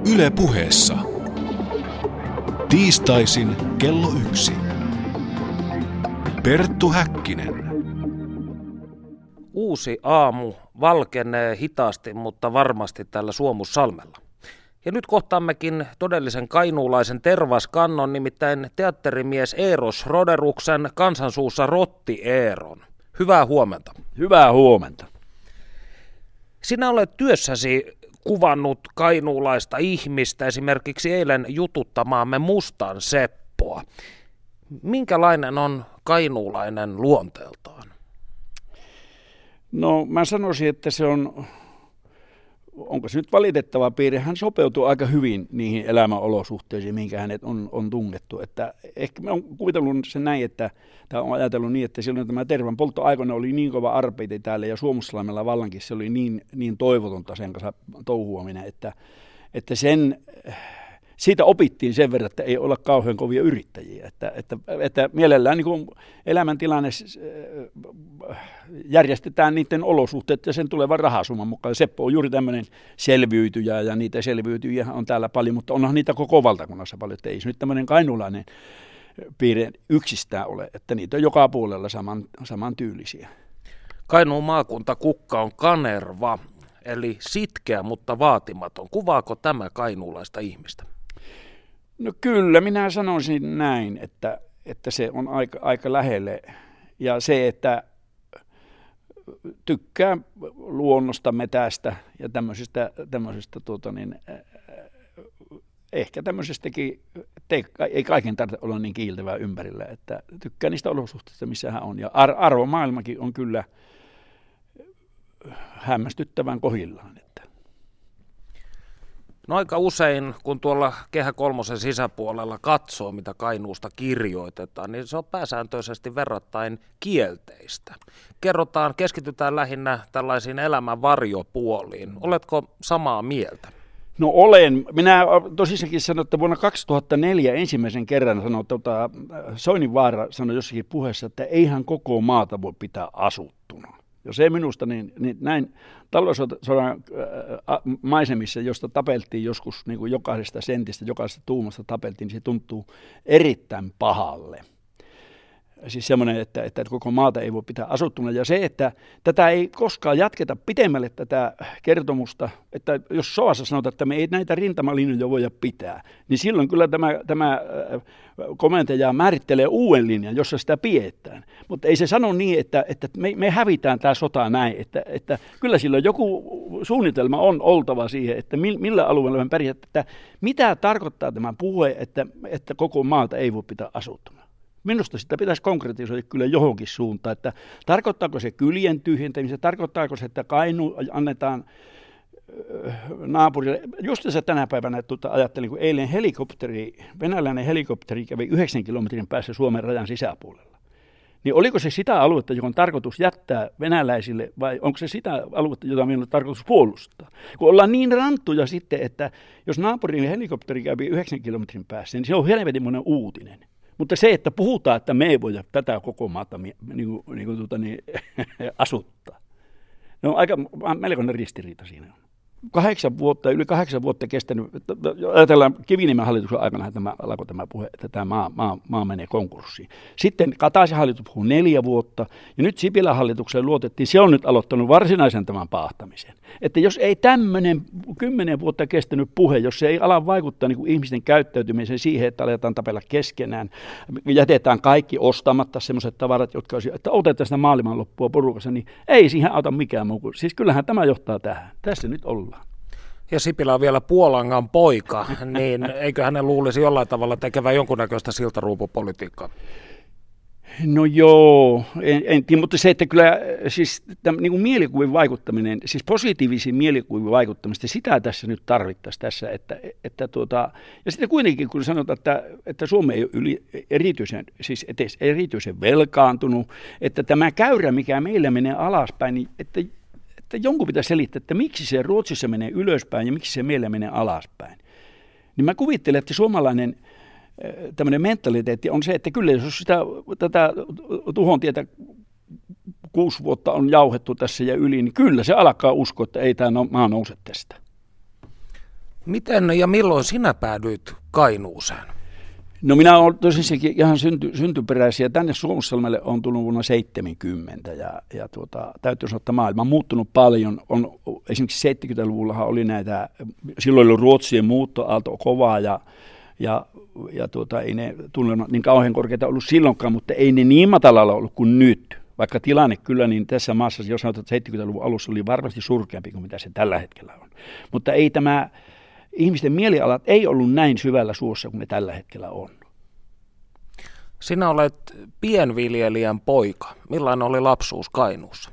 Yle Puheessa. Tiistaisin kello 1. Perttu Häkkinen. Uusi aamu valkenee hitaasti, mutta varmasti tällä Suomussalmella. Ja nyt kohtaammekin todellisen kainuulaisen tervaskannon, nimittäin teatterimies Eros Roderuksen kansansuussa Rotti Eeron. Hyvää huomenta. Hyvää huomenta. Sinä olet työssäsi kuvannut kainuulaista ihmistä, esimerkiksi eilen jututtamaamme Mustan Seppoa. Minkälainen on kainuulainen luonteeltaan? No mä sanoisin, että se onko se nyt valitettava piirre, hän sopeutuu aika hyvin niihin elämänolosuhteisiin, minkä hänet on tungettu. Että ehkä mä oon kuvitellut sen näin, tai olen ajatellut niin, että silloin tämä tervan polttoaikoina oli niin kova arpeiti täällä ja Suomussalmella vallankin se oli niin toivotonta sen kanssa touhuaminen, että siitä opittiin sen verran, että ei olla kauhean kovia yrittäjiä, että mielellään niin kuin elämäntilanne järjestetään niiden olosuhteet ja sen tulevan rahasumman mukaan. Seppo on juuri tämmöinen selviytyjä ja niitä selviytyjiä on täällä paljon, mutta onhan niitä koko valtakunnassa paljon, että ei se nyt tämmöinen kainuulainen piirre yksistään ole, että niitä on joka puolella saman tyylisiä. Kainuun maakuntakukka on kanerva, eli sitkeä, mutta vaatimaton. Kuvaako tämä kainuulaista ihmistä? No kyllä, minä sanoisin näin, että se on aika lähelle. Ja se, että tykkää luonnosta, metästä ja tämmöisestä ehkä tämmöisestäkin, ei kaiken tarvitse olla niin kiiltävää ympärillä, että tykkää niistä olosuhteista, missä hän on. Ja arvomaailmakin on kyllä hämmästyttävän kohillaan. No aika usein, kun tuolla Kehä Kolmosen sisäpuolella katsoo, mitä Kainuusta kirjoitetaan, niin se on pääsääntöisesti verrattain kielteistä. Keskitytään lähinnä tällaisiin elämän varjopuoliin. Oletko samaa mieltä? No olen. Minä tosissakin sanon, että vuonna 2004 ensimmäisen kerran Soininvaara sanoi jossakin puheessa, että eihän koko maata voi pitää asuttuna. Ja se minusta, niin näin talvisodan maisemissa, josta tapeltiin joskus niin kuin jokaisesta sentistä, jokaisesta tuumasta tapeltiin, niin se tuntuu erittäin pahalle. Siis semmoinen, että koko maata ei voi pitää asuttuna. Ja se, että tätä ei koskaan jatketa pitemmälle tätä kertomusta, että jos sodassa sanotaan, että me ei näitä rintamalinjoja voida pitää, niin silloin kyllä tämä komentaja määrittelee uuden linjan, jossa sitä pidetään. Mutta ei se sano niin, että me hävitään tämä sota näin, että kyllä silloin joku suunnitelma on oltava siihen, että millä alueella me pärjätään, että mitä tarkoittaa tämä puhe, että koko maata ei voi pitää asuttuna. Minusta sitä pitäisi konkretisoida kyllä johonkin suuntaan, että tarkoittaako se kylien tyhjentämistä, tarkoittaako se, että Kainu annetaan naapurille. Just se tänä päivänä ajattelin, kun eilen venäläinen helikopteri kävi 9 kilometrin päässä Suomen rajan sisäpuolella. Niin oliko se sitä aluetta, joka on tarkoitus jättää venäläisille, vai onko se sitä aluetta, jota meillä on tarkoitus puolustaa? Kun ollaan niin ranttuja sitten, että jos naapurin helikopteri kävi 9 kilometrin päässä, niin se on helvetinmoinen uutinen. Mutta se, että puhutaan, että me ei voida tätä koko maata asuttaa, ne on melkoinen ristiriita siinä on. Yli 8 vuotta kestänyt, ajatellaan Kiviniemen hallituksen aikana alkoi tämä puhe, että tämä maa menee konkurssiin. Sitten Kataisen hallitus puhui 4 vuotta, ja nyt Sipilän hallitukseen luotettiin, se on nyt aloittanut varsinaisen tämän paahtamisen. Että jos ei tämmöinen 10 vuotta kestänyt puhe, jos se ei ala vaikuttaa niin kuin ihmisten käyttäytymiseen siihen, että aletaan tapella keskenään, jätetään kaikki ostamatta sellaiset tavarat, jotka olisi, että otetaan sitä maailmanloppua porukassa, niin ei siihen auta mikään muu. Siis kyllähän tämä johtaa tähän. Tässä nyt ollaan. Ja Sipilä on vielä Puolangan poika, niin eikö hänen luulisi jollain tavalla tekevän jonkunnäköistä siltaruupupolitiikkaa? No joo, en tiedä, mutta se, että kyllä siis niin kuin mielikuvien vaikuttaminen, siis positiivisiin mielikuvien vaikuttamista, sitä tässä nyt tarvittaisiin tässä, ja sitten kuitenkin kun sanotaan, että Suomi ei ole erityisen velkaantunut, että tämä käyrä, mikä meillä menee alaspäin, niin että jonkun pitää selittää, että miksi se Ruotsissa menee ylöspäin ja miksi se meillä menee alaspäin. Niin mä kuvittelen, että suomalainen tämmöinen mentaliteetti on se, että kyllä jos tätä tuhontietä 6 vuotta on jauhettu tässä ja yli, niin kyllä se alkaa uskoa, että ei tämä maa nouse tästä. Miten ja milloin sinä päädyit Kainuuseen? No minä olen tosiaankin ihan syntyperäisiä. Tänne Suomussalmelle on tullut vuonna 70 ja täytyy sanoa, että maailma on muuttunut paljon. Esimerkiksi 70-luvullahan oli näitä, silloin oli Ruotsien muuttoaalto kovaa ja ei ne tunnelmat niin kauhean korkeita ollut silloinkaan, mutta ei ne niin matalalla ollut kuin nyt. Vaikka tilanne kyllä niin tässä maassa, jos sanotaan, että 70-luvun alussa oli varmasti surkeampi kuin mitä se tällä hetkellä on. Mutta ei tämä ihmisten mielialat ei ollut näin syvällä suossa kuin ne tällä hetkellä on. Sinä olet pienviljelijän poika. Millainen oli lapsuus Kainuussa?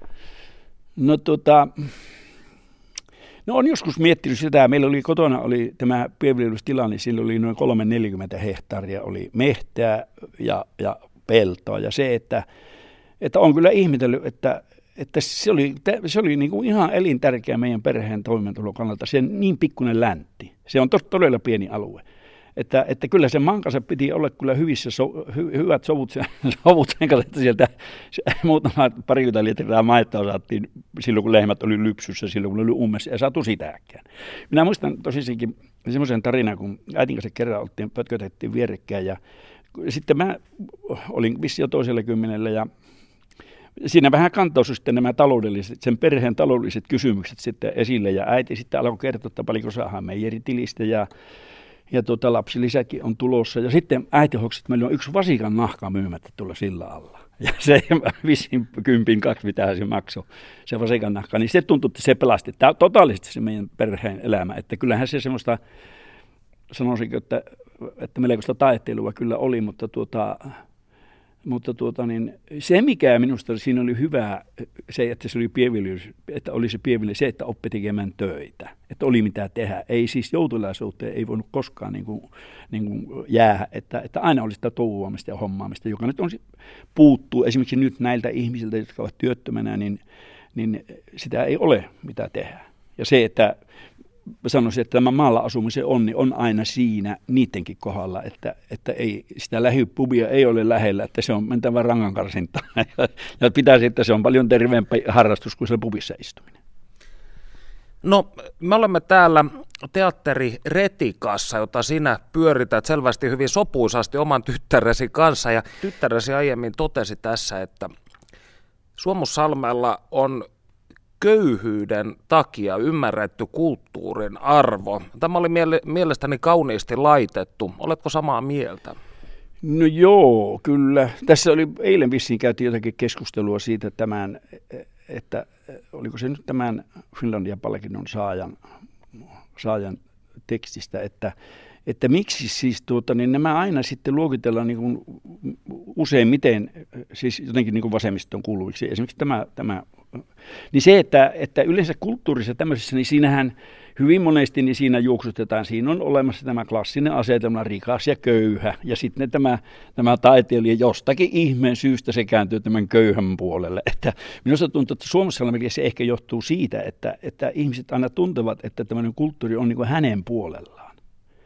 No on joskus miettinyt sitä. Meillä oli kotona tämä pienviljelystila, niin sillä oli noin 30-40 hehtaaria oli mehtää ja peltoa. Ja se, että on kyllä ihmetellyt, että se oli niin kuin ihan elintärkeä meidän perheen toimeentulon kannalta. Se niin pikkuinen läntti. Se on todella pieni alue. Että kyllä sen maan kanssa piti olla kyllä hyvät sovut sen kanssa, että sieltä muutama parikymmentä litraa maitoa saatiin silloin, kun lehmät oli lypsyssä, silloin kun oli ummessa, ja saatu sitäkään. Minä muistan tosissakin semmoisen tarinan, kun äitin kanssa kerran pötkötettiin vierekkäin, ja sitten mä olin vissi jo toisella kymmenellä, ja siinä vähän kantoutui sitten nämä sen perheen taloudelliset kysymykset sitten esille, ja äiti sitten alkoi kertoa, että paljonko saadaan meieritilistä, ja lapsilisäkin on tulossa. Ja sitten äiti hoksi, että meillä on yksi vasikan nahka myymättä tuolla sillä alla. Ja se vissiin 10-2, mitä se maksoi, se vasikan nahka. Niin se tuntui, että se pelasti totaalisesti se meidän perheen elämä. Että kyllähän se semmoista, sanoisinko, että melkoista taiteilua kyllä oli, mutta niin se, mikä minusta siinä oli hyvä, se, että se oli pienviljely, että oli se pienviljely, se, että oppi tekemään töitä, että oli mitä tehdä. Ei siis joutilaisuuteen ei voinut koskaan niin kuin jäädä, että aina oli sitä touhuamista ja hommaamista, joka nyt puuttuu esimerkiksi nyt näiltä ihmisiltä, jotka ovat työttömänä, niin sitä ei ole mitä tehdä. Ja se, että mä sanoisin, että tämä maalla asumisen onni on aina siinä niidenkin kohdalla, että ei, sitä lähipubia ei ole lähellä, että se on mentävä rangankarsinta. Ja pitäisi, että se on paljon terveempi harrastus kuin se pubissa istuminen. No, me olemme täällä teatteri Retikassa, jota sinä pyörität selvästi hyvin sopuisasti oman tyttäresi kanssa. Ja tyttäresi aiemmin totesi tässä, että Suomussalmella on köyhyyden takia ymmärretty kulttuurin arvo. Tämä oli mielestäni kauniisti laitettu. Oletko samaa mieltä? No joo, kyllä. Tässä oli eilen vissiin käytiin jotakin keskustelua siitä että oliko se nyt tämän Finlandia-palkinnon saajan tekstistä, että miksi siis niin nämä aina sitten luokitellaan niin kuin useimmiten siis jotenkin niin kuin vasemmiston kuuluviksi. Esimerkiksi tämä niin se, että yleensä kulttuurissa tämmöisessä, niin siinähän hyvin monesti niin siinä juoksutetaan. Siinä on olemassa tämä klassinen asetelma, rikas ja köyhä. Ja sitten tämä taiteilija jostakin ihmeen syystä se kääntyy tämän köyhän puolelle. Että minusta tuntuu, että Suomessa se ehkä johtuu siitä, että ihmiset aina tuntevat, että tämmöinen kulttuuri on niin kuin hänen puolellaan.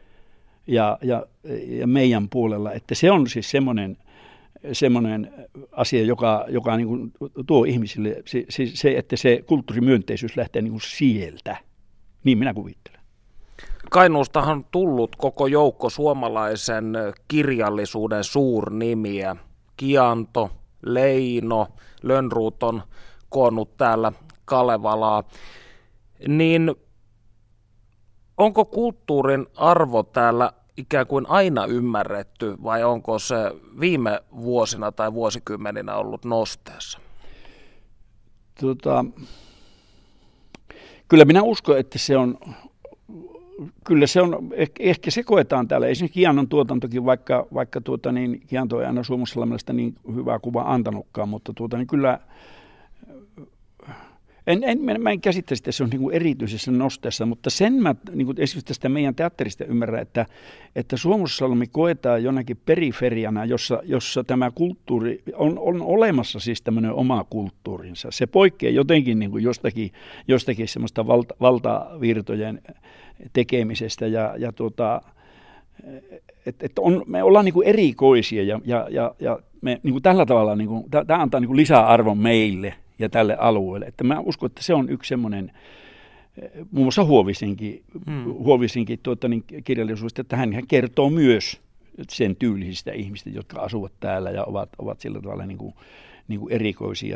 Ja meidän puolella, että se on siis semmoinen asia, joka niin kuin tuo ihmisille se, että se kulttuurimyönteisyys lähtee niin kuin sieltä. Niin minä kuvittelen. Kainuustahan on tullut koko joukko suomalaisen kirjallisuuden suurnimiä. Kianto, Leino, Lönnrot on koonnut täällä Kalevalaa. Niin onko kulttuurin arvo täällä ikään kuin aina ymmärretty vai onko se viime vuosina tai vuosikymmeninä ollut nosteessa? Kyllä minä uskon, että ehkä se koetaan täällä. Esimerkiksi Kiannon tuotantokin, vaikka Kianto ei aina Suomussalmesta niin hyvää kuvaa antanutkaan, mutta niin kyllä mä en käsittäisi, että se on niin kuin erityisessä nosteessa, mutta sen mä niin kuin esimerkiksi tästä meidän teatterista ymmärrän, että Suomussalmi koetaan jonakin periferiana, jossa tämä kulttuuri on olemassa siis tämmöinen oma kulttuurinsa. Se poikkeaa jotenkin niin kuin jostakin semmoista valtavirtojen tekemisestä me ollaan niin kuin erikoisia ja me niin kuin tällä tavalla niin kuin, tämä antaa niin kuin lisäarvon meille ja tälle alueelle. Että mä uskon, että se on yksi semmoinen, muun muassa Huovisenkin kirjallisuudesta, että hän kertoo myös sen tyylisistä ihmistä, jotka asuvat täällä ja ovat sillä tavalla niin kuin erikoisia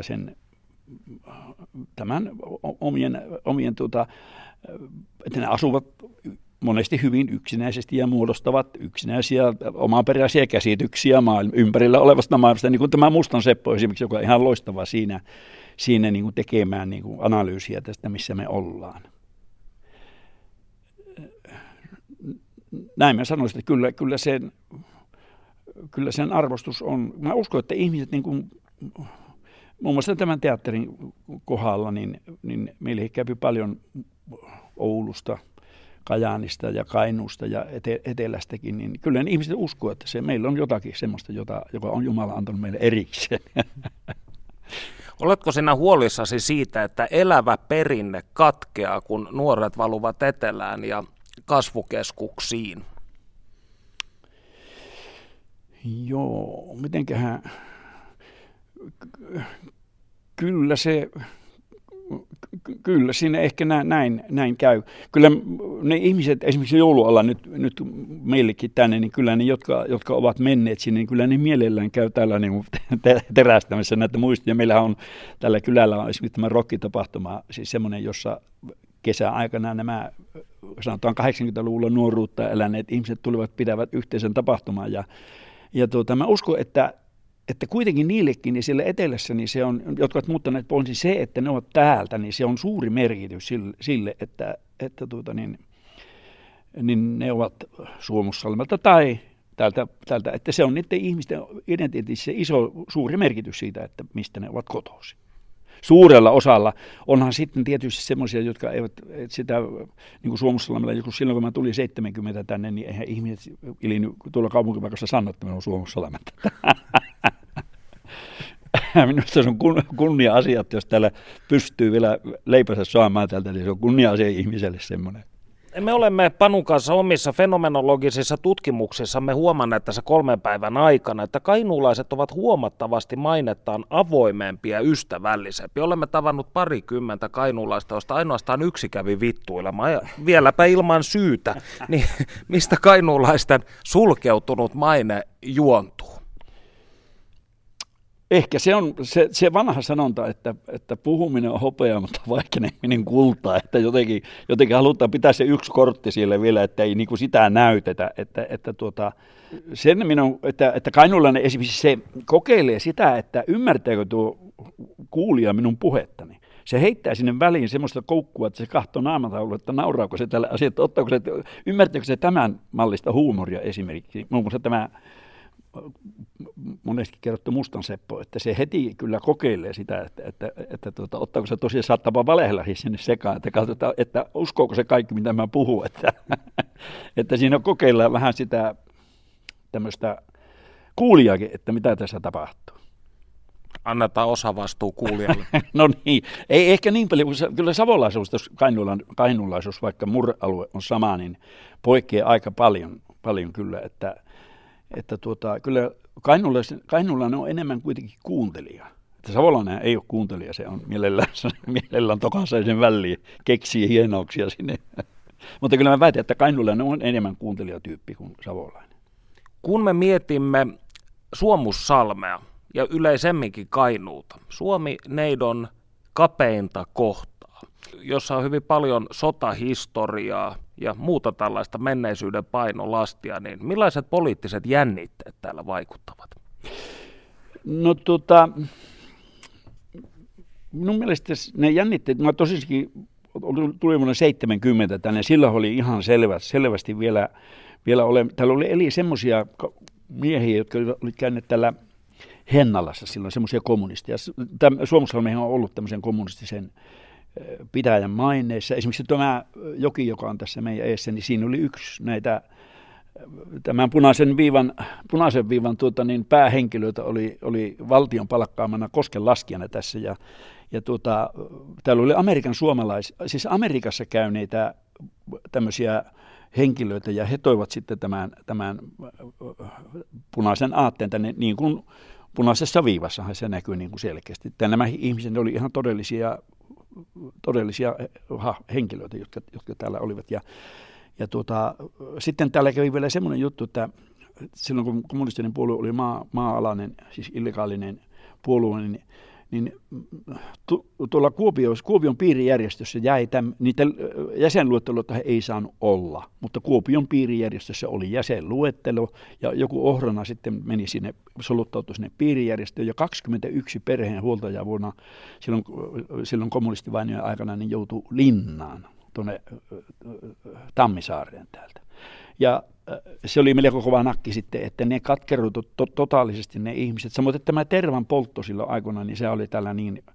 tämän omien että ne asuvat monesti hyvin yksinäisesti ja muodostavat yksinäisiä omaperäisiä käsityksiä ympärillä olevasta maailmasta, niin kuin tämä Mustan Seppo esimerkiksi, joka on ihan loistava siinä niin kuin tekemään niin kuin analyysiä tästä, missä me ollaan. Näin mä sanoisin, että kyllä sen arvostus on. Mä uskon, että ihmiset, niin kuin, muun muassa tämän teatterin kohdalla, niin meille käy paljon Oulusta, Kajaanista ja Kainuusta ja Etelästäkin, niin kyllä ne ihmiset uskoo, että meillä on jotakin semmoista, joka on Jumala antanut meille erikseen. Oletko sinä huolissasi siitä, että elävä perinne katkeaa, kun nuoret valuvat etelään ja kasvukeskuksiin? Joo, mitenköhän, kyllä siinä ehkä näin käy. Kyllä ne ihmiset, esimerkiksi joulualla nyt meillekin tänne, niin kyllä ne, jotka ovat menneet sinne, niin kyllä ne mielellään käy täällä niin terästämässä näitä muistia. Meillähän on tällä kylällä on esimerkiksi tämä rokkitapahtuma, siis semmoinen, jossa kesäaikana nämä, sanotaan 80-luvulla nuoruutta eläneet ihmiset pitävät yhteisen tapahtuman. Ja mä uskon, että kuitenkin niillekin niin siellä etelässä, niin se on, jotka ovat muuttaneet pois, niin se, että ne ovat täältä, niin se on suuri merkitys sille, että niin ne ovat Suomussalmelta tai täältä, että se on niiden ihmisten identiteetissä suuri merkitys siitä, että mistä ne ovat kotoisin. Suurella osalla onhan sitten tietysti semmoisia, jotka eivät sitä, niin kuin Suomussalmella, joskus silloin kun mä tulin 70 tänne, niin eihän ihmiset tuolla kaupunkipaikassa sanoa, että mä olen Suomussalmelta. Minusta se on kunnia-asia, että jos täällä pystyy vielä leipänsä saamaan täältä, niin se on kunnia-asia ihmiselle semmoinen. Me olemme Panun kanssa omissa fenomenologisissa tutkimuksissamme huomanneet tässä 3 päivän aikana, että kainuulaiset ovat huomattavasti mainettaan avoimempia ja ystävällisempiä. Olemme tavannut 20 kainuulaista, joista ainoastaan yksi kävi vittuilemaan ja vieläpä ilman syytä. Niin mistä kainuulaisten sulkeutunut maine juontuu? Ehkä se on se vanha sanonta, että puhuminen on hopeaa, mutta vaikeneminen kultaa, että jotenkin halutaan pitää se yksi kortti siellä vielä, että ei niin kuin sitä näytetä, että kainuulainen esimerkiksi se kokeilee sitä, että ymmärtääkö tuo kuulija minun puhettani. Se heittää sinne väliin semmoista koukkua, että se katsoo naamataulua, että nauraako se tällä asialla, ymmärtääkö se tämän mallista huumoria esimerkiksi, muun muassa tämä monesti kerrottu Mustan Seppo, että se heti kyllä kokeilee sitä, että ottaako se tosiaan saattaa valehella sinne sekaan, että katsotaan, että uskooko se kaikki, mitä mä puhun, että siinä kokeillaan vähän sitä tämmöistä kuulijaakin, että mitä tässä tapahtuu. Annetaan osavastuu kuulijalle. No niin, ei ehkä niin paljon, kyllä savolaisuus, jos kainuulaisuus, vaikka murrealue on sama, niin poikkeaa aika paljon kyllä, että kyllä kainuulainen on enemmän kuitenkin kuuntelija. Että savolainen ei ole kuuntelija, se on mielellään tokasaisen väliin, keksii hienouksia sinne. Mutta kyllä mä väitän, että kainuulainen on enemmän kuuntelijatyyppi kuin savolainen. Kun me mietimme Suomussalmea ja yleisemminkin Kainuuta, Suomi-neidon kapeinta kohtaa, jossa on hyvin paljon sotahistoriaa ja muuta tällaista menneisyyden painolastia, niin millaiset poliittiset jännitteet täällä vaikuttavat? No minun mielestä ne jännitteet, mä tosiaankin tulin vuonna 70 tänne, silloin oli ihan selvästi vielä täällä eli semmoisia miehiä, jotka olivat käyneet täällä Hennalassa silloin, semmoisia kommunisteja. Suomussalmihan on ollut tämmöisen kommunistisen pitäjän maineissa. Esimerkiksi tämä joki, joka on tässä meidän eessä, niin siinä oli yksi näitä, tämän punaisen viivan päähenkilöitä oli valtion palkkaamana koskenlaskijana tässä. Ja täällä oli siis Amerikassa käyneitä tämmöisiä henkilöitä, ja he toivat sitten tämän punaisen aatteen tänne, niin kuin punaisessa viivassahan se näkyy niin kuin selkeästi. Nämä ihmiset oli ihan todellisia todellisia henkilöitä, jotka täällä olivat. Sitten täällä kävi vielä semmoinen juttu, että silloin kun kommunistinen puolue oli maa-alainen, siis illegaalinen puolue, niin tuolla Kuopion piirijärjestössä jäi niitä jäsenluetteloita ei saanut olla, mutta Kuopion piirijärjestössä oli jäsenluettelo ja joku ohrana sitten meni sinne, soluttautui sinne piirijärjestöön ja 21 perheen huoltajaa vuonna silloin kommunistivainojen aikana niin joutui linnaan tuonne Tammisaareen täältä. Ja se oli melko kova nakki sitten, että ne katkeroitu totaalisesti ne ihmiset. Samoin että tämä tervan poltto silloin aikoina, niin se oli tällä niin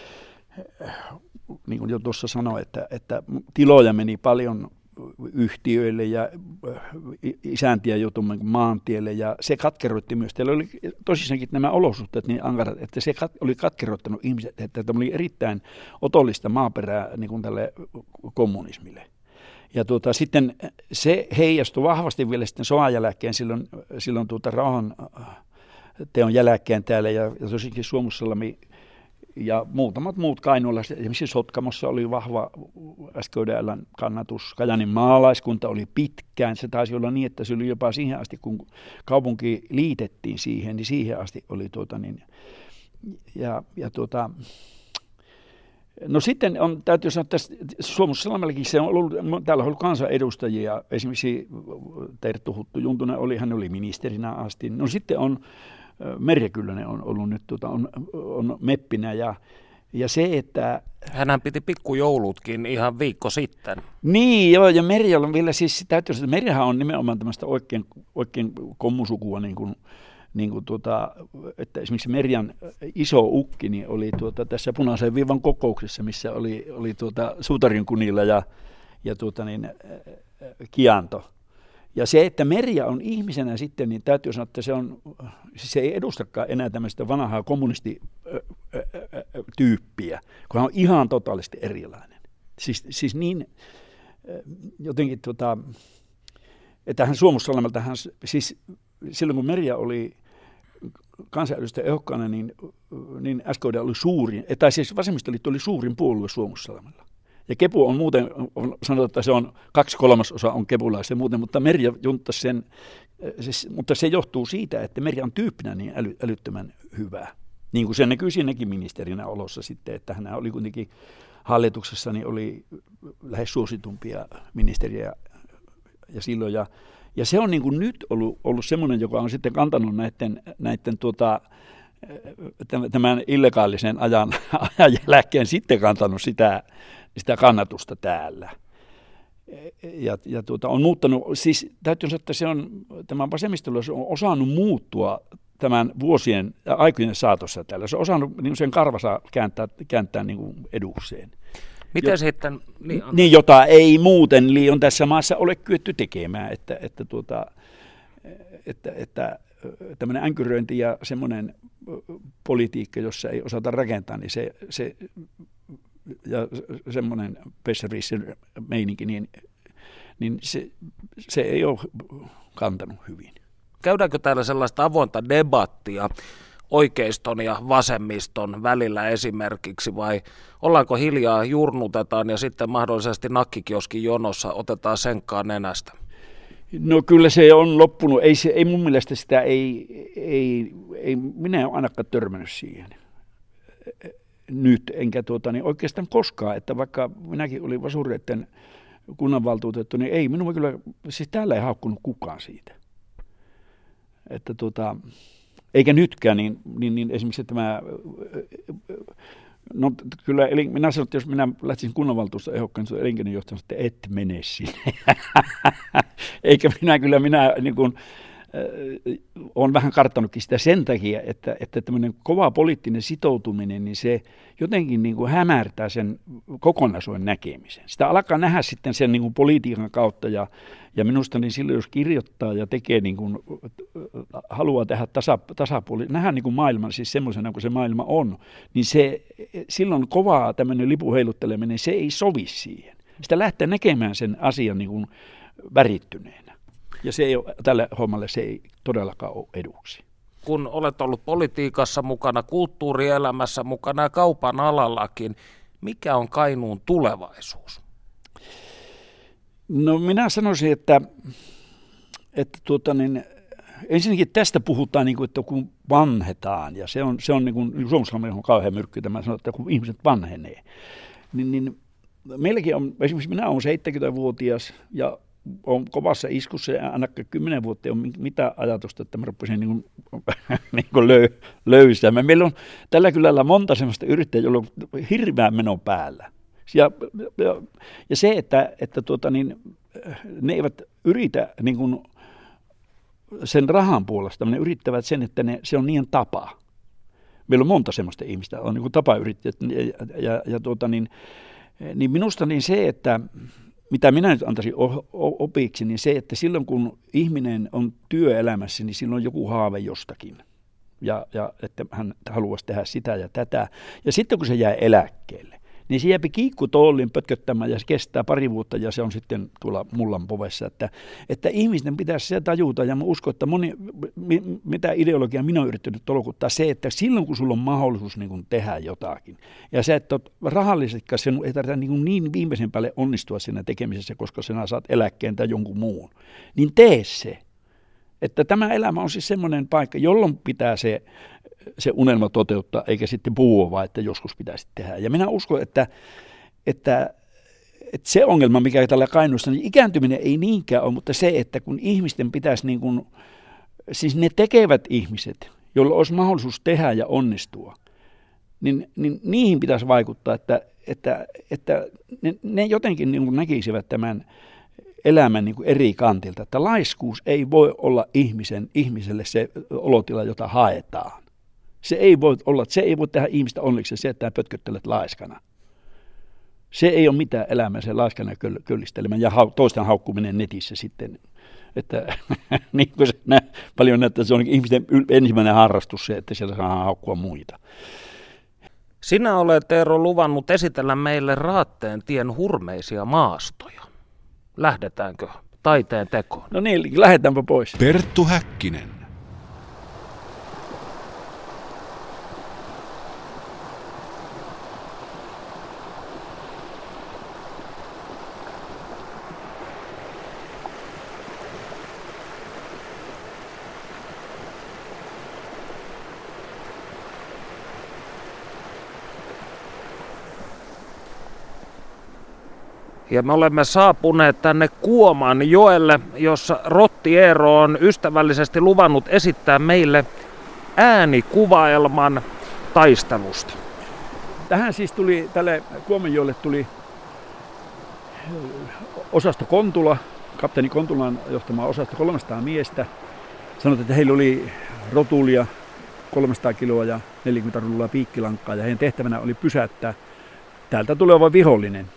kuin jo tuossa sanoi, että tiloja meni paljon yhtiöille ja isäntiä joutui maantielle ja se katkeroitti myös. Teillä oli tosissaankin nämä olosuhteet niin ankarat, että se oli katkeroittanut ihmiset, että tämä oli erittäin otollista maaperää niin kuin tälle kommunismille. Ja sitten se heijastui vahvasti vielä sitten sodan jälkeen, silloin rauhan teon jälkeen täällä ja tosiaankin Suomussalmi ja muutamat muut Kainuulla. Esimerkiksi Sotkamossa oli vahva SKDL:n kannatus, Kajaanin maalaiskunta oli pitkään. Se taisi olla niin, että se oli jopa siihen asti, kun kaupunki liitettiin siihen, niin siihen asti oli No sitten täytyy sanoa, että Suomussalmellakin se on ollut, täällä on ollut kansanedustajia, esimerkiksi Terttu Huttu Juntunen hän oli ministerinä asti. No sitten on Merja Kyllönen on ollut nyt, on meppinä ja se, että... Hänhän piti pikkujoulutkin ihan viikko sitten. Niin, joo, ja Merja on vielä siis, täytyy sanoa, että Merjahan on nimenomaan tämmöistä oikein kommusukua että esimerkiksi Merjan iso ukki niin oli tässä Punaisen viivan kokouksessa, missä oli Suutarin kunilla ja Kianto. Ja se, että Merja on ihmisenä sitten, niin täytyy sanoa, että se ei edustakaan enää tämmöistä vanhaa kommunistityyppiä, kun hän on ihan totaalisesti erilainen. Siis niin jotenkin, että hän Suomussalmelta, siis silloin kun Merja oli kansanedustaja ehdokkaana, niin SKD oli suurin, tai siis Vasemmistoliitto oli suurin puolue Suomussalmella. Ja Kepu on muuten, sanotaan, että se on 2/3 on kepulaisia muuten, mutta Merja junttasi sen, mutta se johtuu siitä, että Merja on tyyppinä niin älyttömän hyvä. Niin kuin se näkyy siinäkin ministerinä olossa sitten, että hän oli kuitenkin hallituksessa, niin oli lähes suositumpia ministeriä ja silloin. Ja se on niin kuin nyt ollut semmoinen, joka on sitten kantanut näiden tämän illegaalisen ajan jälkeen sitten kantanut sitä kannatusta täällä. Ja on muuttanut, siis täytyy sanoa, että tämä vasemmistoliitto on osannut muuttua tämän vuosien aikojen saatossa täällä. Se on osannut niin sen karvansa kääntää niin kuin edukseen. Miten sitten? Niin, jota ei muuten liian tässä maassa ole kyetty tekemään, että tämmöinen änkyröinti ja semmoinen politiikka, jossa ei osata rakentaa, niin se ja semmoinen pessärissin meininki, niin se ei ole kantanut hyvin. Käydäänkö täällä sellaista avointa debattia oikeiston ja vasemmiston välillä esimerkiksi, vai ollaanko hiljaa, jurnutetaan ja sitten mahdollisesti nakkikioskin jonossa otetaan senkkaan nenästä? No kyllä se on loppunut. Ei mun mielestä sitä minä en ole ainakaan törmännyt siihen nyt, enkä oikeastaan koskaan, että vaikka minäkin olin Vasureiden kunnanvaltuutettu, niin ei minua kyllä, siis täällä ei haukkunut kukaan siitä. Että eikä nytkään, niin esimerkiksi tämä, no kyllä, minä sanon, että jos minä lähtisin kunnanvaltuusta ehdokkaan, niin elinkeinojohtajan, että et mene sinne. Eikä minä niin kuin, olen vähän karttanutkin sitä sen takia, että tämmöinen kova poliittinen sitoutuminen, niin se jotenkin niin kuin hämärtää sen kokonaisuuden näkemisen. Sitä alkaa nähdä sitten sen niin kuin politiikan kautta ja minusta niin silloin, jos kirjoittaa ja tekee niin kuin, haluaa tehdä tasapuoli, nähdä niin kuin maailman siis semmoisena kuin se maailma on, niin se silloin kovaa tämmöinen lipuheilutteleminen, se ei sovi siihen. Sitä lähtee näkemään sen asian niin kuin värittyneenä. Ja se ei ole, tälle hommalle se ei todellakaan ole eduksi. Kun olet ollut politiikassa mukana, kulttuurielämässä mukana ja kaupan alallakin, Mikä on Kainuun tulevaisuus? No minä sanoisin, että ensinnäkin tästä puhutaan, niin kuin, että kun vanhetaan, ja se on niin kuin Suomessa on kauhean myrkky tämä sanoa, että kun ihmiset vanhenee, niin meilläkin on, esimerkiksi minä olen 70-vuotias ja olen kovassa iskussa ja ainakaan 10 vuotta ei ole mitään ajatusta, että mä rupesin niin kuin löysäämään. Meillä on tällä kylällä monta sellaista yrittäjää, jolla on hirveä meno päällä. Ja se, että ne eivät yritä niin kuin sen rahan puolesta, ne yrittävät sen, että se on niiden tapa. Meillä on monta semmoista ihmistä, on niin kuin tapayrittäjät, niin minusta niin se, että mitä minä nyt antaisin opiksi, niin se, että silloin kun ihminen on työelämässä, niin silloin on joku haave jostakin. Ja että hän haluaisi tehdä sitä ja tätä. Ja sitten kun se jää eläkkeelle, niin se jääpi kiikkutoolliin pötköttämään ja se kestää pari vuotta ja se on sitten tuolla mullan povessa. Että ihmisten pitäisi se tajuta ja mä uskon, että mitä ideologiaa minä olen yrittänyt tolkuttaa se, että silloin kun sulla on mahdollisuus niin kuin tehdä jotakin ja se, että rahallisesti sen ei tarvitse niin viimeisen päälle onnistua siinä tekemisessä, koska sinä saat eläkkeen tai jonkun muun, niin tee se. Että tämä elämä on siis semmoinen paikka, jolloin pitää se unelma toteuttaa, eikä sitten puhua vaan, että joskus pitäisi tehdä. Ja minä uskon, että se ongelma, mikä tällä Kainuussa, niin ikääntyminen ei niinkään ole, mutta se, että kun ihmisten pitäisi, niin kuin, siis ne tekevät ihmiset, joilla olisi mahdollisuus tehdä ja onnistua, niin niihin pitäisi vaikuttaa, että ne jotenkin niin kuin näkisivät tämän elämän niin kuin eri kantilta, että laiskuus ei voi olla ihmiselle se olotila, jota haetaan. Se ei voi tehdä ihmistä onnelliksi se, että pötköttelet laiskana. Se ei ole mitään elämää, se laiskana köllistelemään ja toisten haukkuminen netissä sitten. Että niin kuin se paljon näyttää, että se on ihmisten ensimmäinen harrastus se, että siellä saa haukkua muita. Sinä olet, Eero, luvannut esitellä meille Raatteen tien hurmeisia maastoja. Lähdetäänkö taiteen tekoon? No niin, lähdetäänpä pois. Perttu Häkkinen. Ja me olemme saapuneet tänne Kuoman joelle, jossa Rotti Eero on ystävällisesti luvannut esittää meille äänikuvaelman taistelusta. Tähän siis tälle Kuomanjoelle tuli osasto Kontula, kapteeni Kontulan johtama osasto 300 miestä. Sanotaan, että heillä oli rotulia 300 kiloa ja 40 rullaa piikkilankkaa ja heidän tehtävänä oli pysäyttää täältä tuleva vihollinen.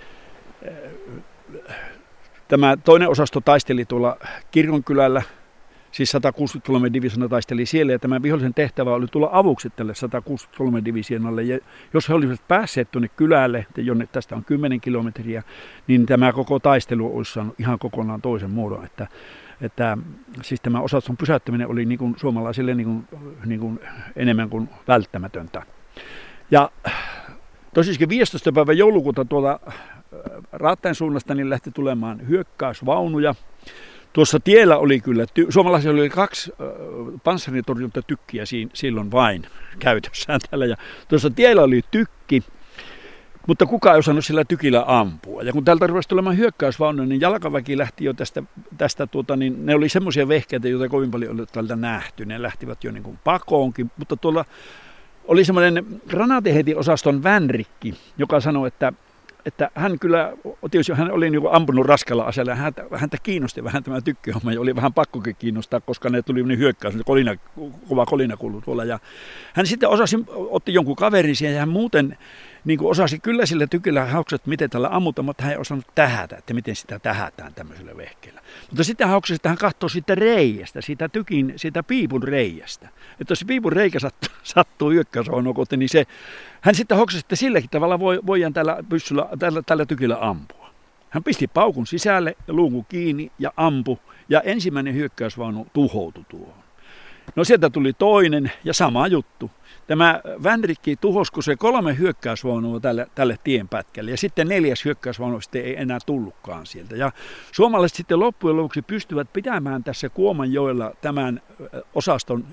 Tämä toinen osasto taisteli tuolla Kirkonkylällä, siis 163 divisioona taisteli siellä, ja tämä vihollisen tehtävä oli tulla avuksi tälle 163 divisioonalle. Ja jos he olisivat päässeet tuonne kylälle, jonne tästä on 10 kilometriä, niin tämä koko taistelu olisi saanut ihan kokonaan toisen muodon. Että siis tämä osaston pysäyttäminen oli niin kuin suomalaisille niin kuin enemmän kuin välttämätöntä. Ja tosiaan 15. päivä joulukuuta tuolta Raatteen suunnasta niin lähti tulemaan hyökkäysvaunuja. Tuossa tiellä oli kyllä, suomalaisilla oli 2 panssaritorjuntatykkiä silloin vain käytössään tällä. Ja tuossa tiellä oli tykki, mutta kukaan ei osannut sillä tykillä ampua. Ja kun täältä rupesi tulemaan hyökkäysvaunuja, niin jalkaväki lähti jo tästä niin ne oli semmoisia vehkeitä, joita kovin paljon oli täältä nähty. Ne lähtivät jo niin kuin pakoonkin, mutta tuolla oli semmoinen granaatinheittiosaston vänrikki, joka sanoi, että hän kyllä, tietysti hän oli niin ampunut raskalla aseella ja häntä kiinnosti vähän tämä tykkihomma ja oli vähän pakkokin kiinnostaa, koska ne tuli niin hyökkäys, kova kolina kuului tuolla. Ja hän sitten otti jonkun kaverin siihen ja hän muuten niin kuin osasi kyllä sillä tykillä hauksat, miten tällä ammutaan, mutta hän ei osannut tähätä, että miten sitä tähätään tämmöisellä vehkeellä. Mutta sitten hän hauksasi, että hän katsoi siitä reiästä, siitä piipun reiästä. Että jos se piipun reikä sattuu hyökkäysvaunua kohti, niin hän sitten hauksasi, että silläkin tavalla voidaan tällä tykillä ampua. Hän pisti paukun sisälle ja luukun kiinni ja ampui ja ensimmäinen hyökkäysvaunu tuhoutui tuohon. No sieltä tuli toinen ja sama juttu. Tämä Vänrikki tuhosi, kun se 3 hyökkäysvaunua tälle tienpätkälle ja sitten 4. hyökkäysvaunu sitten ei enää tullutkaan sieltä. Ja suomalaiset sitten loppujen lopuksi pystyvät pitämään tässä Kuomanjoella tämän osaston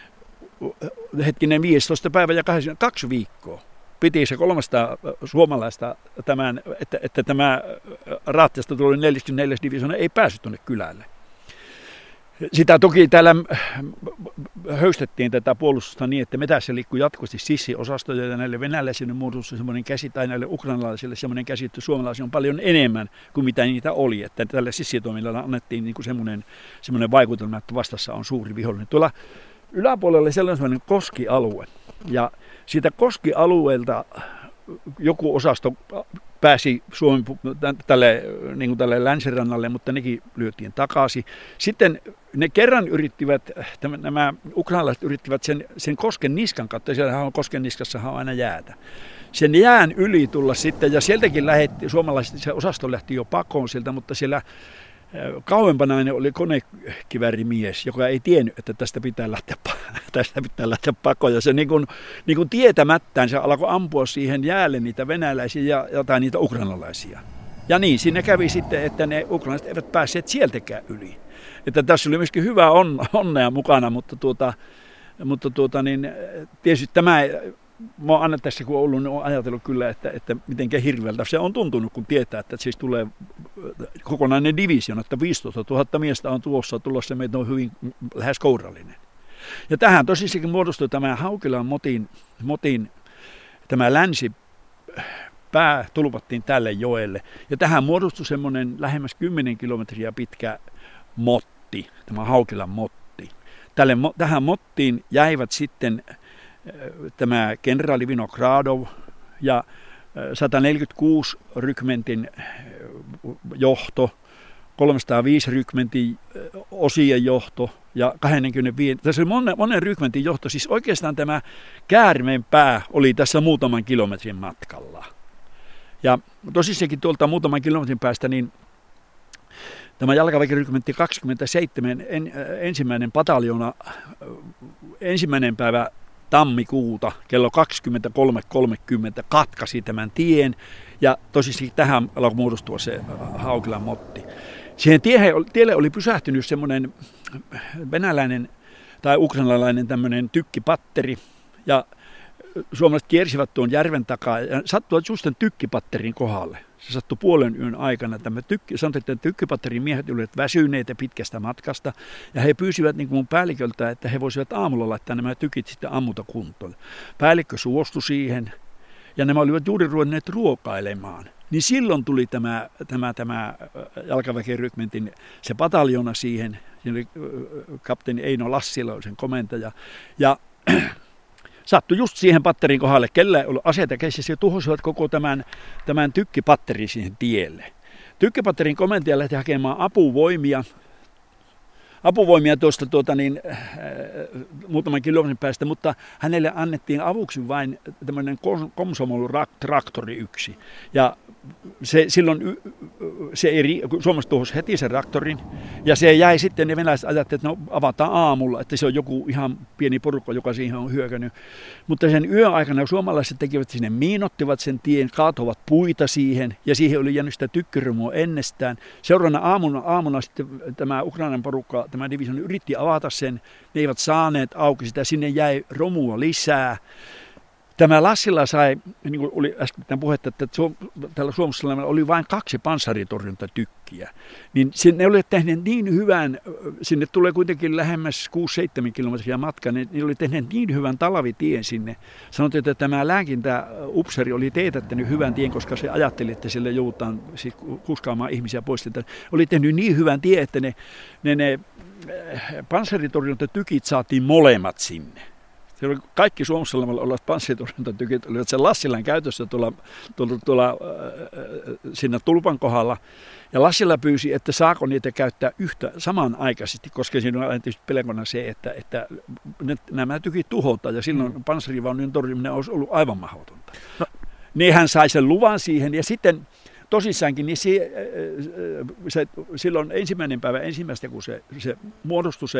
15. päivä ja 2 viikkoa. Piti se 300 suomalaista tämän, että tämä Raattiasta tuli 44. divisioona ei päässyt tuonne kylälle. Sitä toki täällä höystettiin tätä puolustusta niin, että metässä liikkui jatkuvasti sissiosastoja ja näille venäläisille muodostui semmoinen käsite, tai näille ukrainalaisille semmoinen käsite, että suomalaisia on paljon enemmän kuin mitä niitä oli. Että tälle sissitoiminnalla annettiin niin kuin semmoinen vaikutelma, että vastassa on suuri vihollinen. Tuolla yläpuolella oli sellainen koskialue ja siitä koskialueelta joku osasto pääsi Suomen tälle länsirannalle, mutta nekin lyötiin takaisin. Sitten ne kerran yrittivät, nämä ukrainalaiset yrittivät sen kosken niskan kautta, siellähän on kosken niskassahan on aina jäätä. Sen jään yli tulla sitten, ja sieltäkin suomalaiset, se osasto lähti jo pakoon sieltä, mutta siellä kauempana oli konekiväärimies, joka ei tiennyt, että tästä pitää lähteä pakoon. Ja se niin kuin tietämättään se alkoi ampua siihen jäälle niitä venäläisiä tai niitä ukrainalaisia. Ja niin, siinä kävi sitten, että ne ukrainalaiset eivät päässeet sieltäkään yli. Että tässä oli myöskin hyvää onnea mukana, mutta tietysti tämä... Mä oon aina tässä, kun ollut, niin olen ajatellut kyllä, että miten hirveältä se on tuntunut, kun tietää, että siis tulee kokonainen divisioona, että 15 000 miestä on tulossa, meitä on hyvin lähes kourallinen. Ja tähän tosissakin muodostui tämä Haukilan motin tämä länsipää tulpattiin tälle joelle. Ja tähän muodostui semmoinen lähemmäs 10 kilometriä pitkä motti, tämä Haukilan motti. Tähän mottiin jäivät sitten tämä kenraali Vinogradov ja 146 rykmentin johto, 305 rykmentin osien johto ja 25. Tässä oli monen rykmentin johto. Siis oikeastaan tämä käärmeen pää oli tässä muutaman kilometrin matkalla. Ja tosissakin tuolta muutaman kilometrin päästä niin tämä jalkaväkirykmentti 27 ensimmäinen pataljoona 1. päivä tammikuuta kello 23.30 katkasi tämän tien ja tosissaan tähän alkoi muodostua se Haukilan motti. Siihen tielle oli pysähtynyt semmoinen venäläinen tai ukrainalainen tämmöinen tykkipatteri ja suomalaiset kiersivät tuon järven takaa ja sattuivat just tämän tykkipatterin kohdalle. Se sattui puolen yön aikana. Sanottiin, että tykkipatterin miehet olivat väsyneitä pitkästä matkasta ja he pyysivät niin kuin mun päälliköltä, että he voisivat aamulla laittaa nämä tykit sitten ammuta kuntoon. Päällikkö suostui siihen ja nämä olivat juuri ruvenneet ruokailemaan. Niin silloin tuli tämä jalkaväkirykmentin se pataljona siihen. Siinä oli kapteeni Eino Lassila, sen komentaja. Ja sattui just siihen patterin kohdalle, kellä ei ollut aseita käsissä ja tuhosivat koko tämän tykkipatterin siihen tielle. Tykkipatterin komentaja lähti hakemaan apuvoimia tuosta muutaman kilometrin päästä, mutta hänelle annettiin avuksi vain tämmöinen Komsomol-traktori yksi. Ja Suomessa tuhosi heti sen traktorin ja se jäi sitten, ne venäläiset ajattelivat, että no avataan aamulla, että se on joku ihan pieni porukka, joka siihen on hyökännyt. Mutta sen yön aikana suomalaiset tekivät sinne, miinottivat sen tien, kaatovat puita siihen ja siihen oli jäänyt sitä tykkyrumua ennestään. Seuraavana aamuna sitten tämä Ukrainan porukka, tämä division yritti avata sen, ne eivät saaneet auki sitä, sinne jäi romua lisää. Tämä Lassila sai, niin kuin oli äsken puhetta, että tällä Suomessa oli vain 2 panssaritorjuntatykkiä. Niin ne oli tehneet niin hyvän, sinne tulee kuitenkin lähemmäs 6-7 kilometriä matkaa, niin ne oli tehneet niin hyvän talvitien sinne. Sanottiin, että tämä lääkintäupseri oli teetättänyt hyvän tien, koska se ajatteli, että sille joudutaan kuskaamaan ihmisiä pois. Oli tehnyt niin hyvän tien, että ne panssaritorjuntatykit saatiin molemmat sinne. Kaikki Suomussalmella olevat panssaritorjuntatykit olivat sen Lassilan käytössä tuolla siinä tulpan kohdalla. Ja Lassila pyysi, että saako niitä käyttää samanaikaisesti, koska siinä on tietysti pelkona se, että nämä tykit tuhotaan ja silloin panssarivaunujen torjuminen olisi ollut aivan mahdotonta. No, niin hän sai sen luvan siihen ja sitten tosissaankin niin silloin 1. päivä ensimmäistä, kun se muodostui se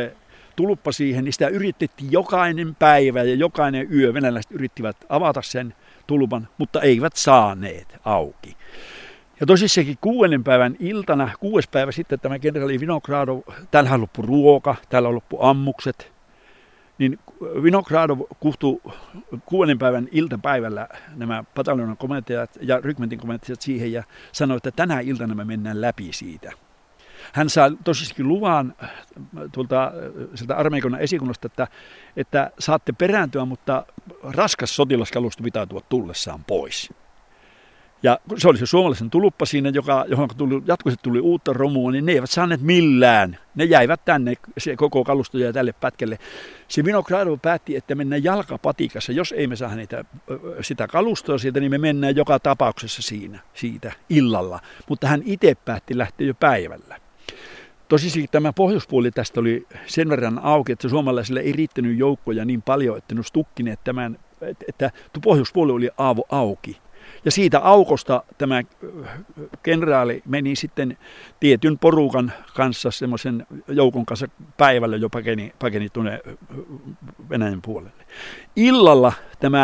tulppa siihen, niin sitä yritettiin jokainen päivä ja jokainen yö. Venäläiset yrittivät avata sen tulpan, mutta eivät saaneet auki. Ja tosissakin 6. päivän iltana, 6. päivä sitten tämä kenraali Vinogradov, täällähän loppui ruoka, täällä loppui ammukset, niin Vinogradov kuhtui 6. päivän iltapäivällä nämä pataljonan komentajat ja rykmentin komentajat siihen ja sanoi, että tänä iltana me mennään läpi siitä. Hän saa tosissakin luvan tuolta sieltä armeijakunnan esikunnasta, että saatte perääntyä, mutta raskas sotilaskalusto pitää tuoda tullessaan pois. Ja se oli se suomalaisen tulppa siinä, johon jatkuvasti tuli uutta romua, niin ne eivät saaneet millään. Ne jäivät tänne, se koko kalusto jäi tälle pätkälle. Se Vinogradov päätti, että mennään jalkapatikassa. Jos ei me saa sitä kalustoa sieltä, niin me mennään joka tapauksessa siitä illalla. Mutta hän itse päätti lähteä jo päivällä. Tosisesti tämä pohjoispuoli tästä oli sen verran auki, että suomalaisille ei riittänyt joukkoja niin paljon, että ne olisi tukkineet tämän, että pohjoispuoli oli auki. Ja siitä aukosta tämä kenraali meni sitten tietyn porukan kanssa, semmoisen joukon kanssa päivällä jo pakeni tuonne Venäjän puolelle. Illalla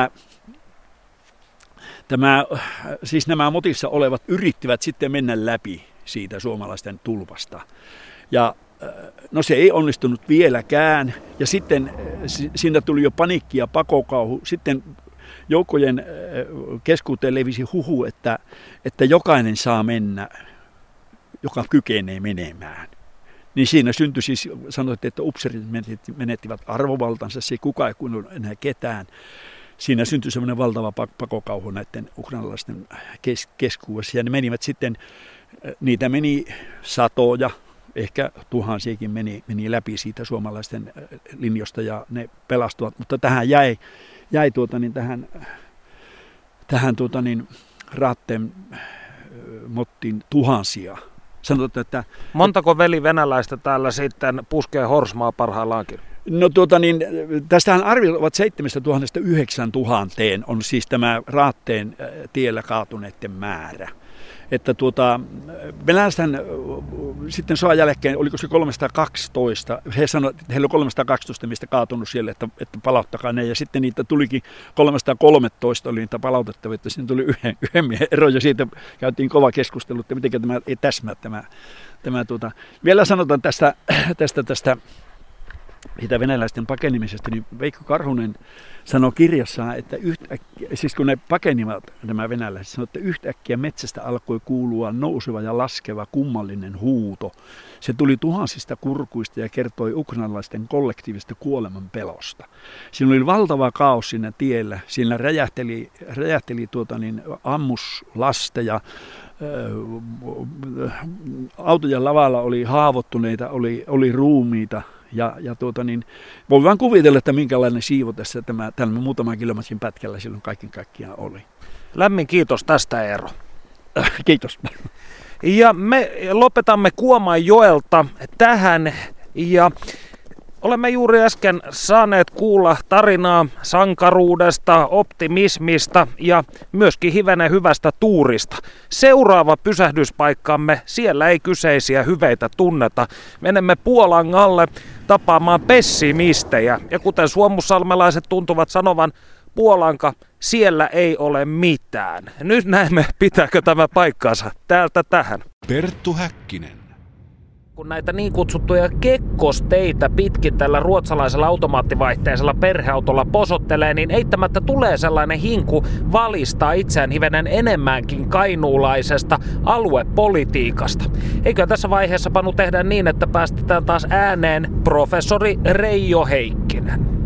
siis nämä motissa olevat yrittivät sitten mennä läpi siitä suomalaisten tulpasta. Ja no se ei onnistunut vieläkään. Ja sitten siinä tuli jo paniikki ja pakokauhu. Sitten joukkojen keskuuteen levisi huhu, että jokainen saa mennä, joka kykenee menemään. Niin siinä syntyi siis, sanoitte, että upseerit menettivät arvovaltansa, se kukaan ei kuunnellut enää ketään. Siinä syntyi semmoinen valtava pakokauhu näiden ukrainalaisten keskuudessa. Ja ne menivät sitten, niitä meni satoja, ehkä tuhansiakin meni läpi siitä suomalaisten linjosta ja ne pelastuvat. Mutta tähän jäi tähän Raatteen mottiin tuhansia. Sanotaan, että montako veli venäläistä täällä sitten puskee horsmaa parhaillaankin? No tästähän arviot ovat 7 000 9 000 on siis tämä Raatteen tiellä kaatuneiden määrä. Että venäläisethän sitten sodan jälkeen, oliko se 312, he sanoivat, että heillä on 312 mistä kaatunut siellä, että palauttakaa ne, ja sitten niitä tulikin 313 oli niitä palautettavia, että siinä tuli yhden miehen ero, ja siitä käytiin kova keskustelu, että miten tämä ei täsmää tämä. Vielä sanotaan tästä siitä venäläisten pakenemisesta, niin Veikko Karhunen sanoi kirjassaan, että siis kun ne pakenivat nämä venäläiset, sanoi, että yhtäkkiä metsästä alkoi kuulua nouseva ja laskeva kummallinen huuto. Se tuli tuhansista kurkuista ja kertoi ukrainalaisten kollektiivista kuoleman pelosta. Siinä oli valtava kaos siinä tiellä. Siinä räjähteli ammuslasteja. Autojen lavalla oli haavoittuneita, oli ruumiita. Ja voi vaan kuvitella, että minkälainen siivo tässä tämä muutaman kilometrin pätkällä silloin kaiken kaikkiaan oli. Lämmin kiitos tästä, Eero. Kiitos. Ja me lopetamme Kuomanjoelta tähän ja olemme juuri äsken saaneet kuulla tarinaa sankaruudesta, optimismista ja myöskin hivenen hyvästä tuurista. Seuraava pysähdyspaikkamme, siellä ei kyseisiä hyveitä tunneta. Menemme Puolangalle tapaamaan pessimistejä ja kuten suomussalmelaiset tuntuvat sanovan, Puolanka, siellä ei ole mitään. Nyt näemme, pitääkö tämä paikkaansa täältä tähän. Perttu Häkkinen. Kun näitä niin kutsuttuja kekkosteitä pitkin tällä ruotsalaisella automaattivaihteisella perheautolla posottelee, niin eittämättä tulee sellainen hinku valistaa itseään hivenen enemmänkin kainuulaisesta aluepolitiikasta. Eikö tässä vaiheessa Panu tehdä niin, että päästetään taas ääneen professori Reijo Heikkinen?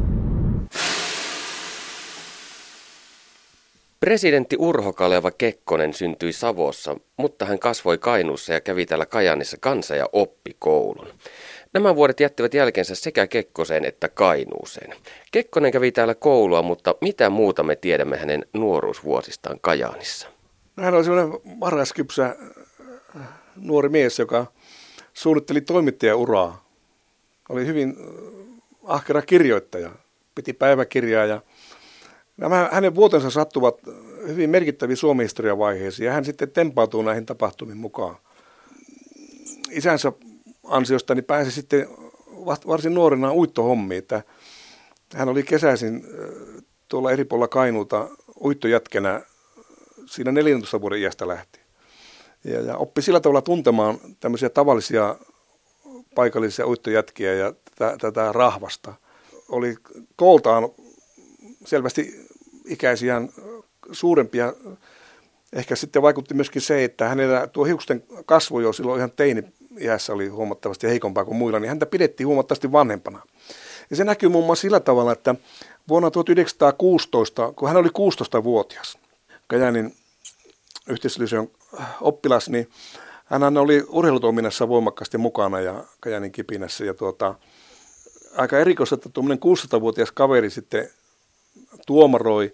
Presidentti Urho Kaleva Kekkonen syntyi Savossa, mutta hän kasvoi Kainuussa ja kävi täällä Kajaanissa kansa- ja oppikoulun. Nämä vuodet jättivät jälkensä sekä Kekkoseen että Kainuuseen. Kekkonen kävi täällä koulua, mutta mitä muuta me tiedämme hänen nuoruusvuosistaan Kajaanissa? Hän oli sellainen varhaiskypsä nuori mies, joka suunnitteli toimittajauraa. Oli hyvin ahkera kirjoittaja, piti päiväkirjaa ja nämä hänen vuotensa sattuvat hyvin merkittäviin Suomen historian vaiheisiin ja hän sitten tempautuu näihin tapahtumiin mukaan. Isänsä ansiosta niin pääsi sitten varsin nuorena uittohommia, että hän oli kesäisin tuolla eri puolilla Kainuuta uittojätkenä siinä 14 vuoden iästä lähtien. Ja oppi sillä tavalla tuntemaan tämmöisiä tavallisia paikallisia uittojätkiä ja tätä rahvasta. Oli kooltaan selvästi ikäisiään suurempia. Ehkä sitten vaikutti myöskin se, että hänellä tuo hiusten kasvu jo silloin ihan teini-iässä oli huomattavasti heikompaa kuin muilla, niin häntä pidettiin huomattavasti vanhempana. Ja se näkyy muun muassa sillä tavalla, että vuonna 1916, kun hän oli 16-vuotias, Kajaanin yhteisöllisön oppilas, niin hän oli urheilutoiminnassa voimakkaasti mukana ja Kajaanin Kipinässä. Ja aika erikoista, että tuommoinen 16-vuotias kaveri sitten tuomaroi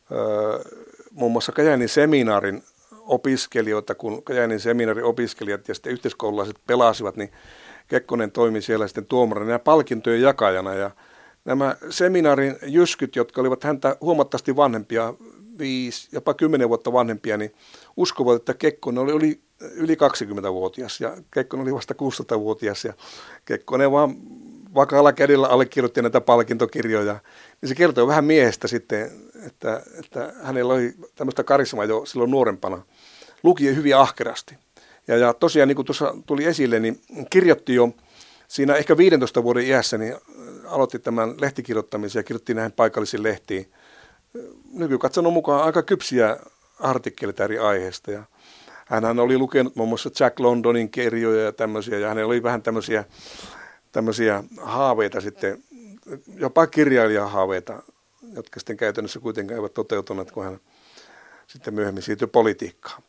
muun muassa Kajaanin seminaarin opiskelijoita, kun Kajaanin seminaarin opiskelijat ja sitten yhteiskoululaiset pelasivat, niin Kekkonen toimi siellä sitten tuomarina ja palkintojen jakajana. Ja nämä seminaarin jyskyt, jotka olivat häntä huomattavasti vanhempia, 5, jopa 10 vuotta vanhempia, niin uskovat, että Kekkonen oli yli 20-vuotias ja Kekkonen oli vasta 16-vuotias ja Kekkonen vaan vakaalla kädellä allekirjoitti näitä palkintokirjoja. Niin se kertoo vähän miehestä sitten, että hänellä oli tämmöistä karismaa jo silloin nuorempana. Luki hyvin ahkerasti. Ja tosiaan niin kuin tuossa tuli esille, niin kirjoitti jo siinä ehkä 15 vuoden iässä, niin aloitti tämän lehtikirjoittamisen ja kirjoitti näihin paikallisiin lehtiin. Nykykatsannon mukaan aika kypsiä artikkeleita eri aiheista. Ja hänhän oli lukenut muun muassa Jack Londonin kirjoja ja tämmöisiä, ja hänellä oli vähän tämmöisiä haaveita sitten, jopa kirjailijahaaveita, jotka sitten käytännössä kuitenkaan eivät toteutuneet, kun hän sitten myöhemmin siirtyi politiikkaan.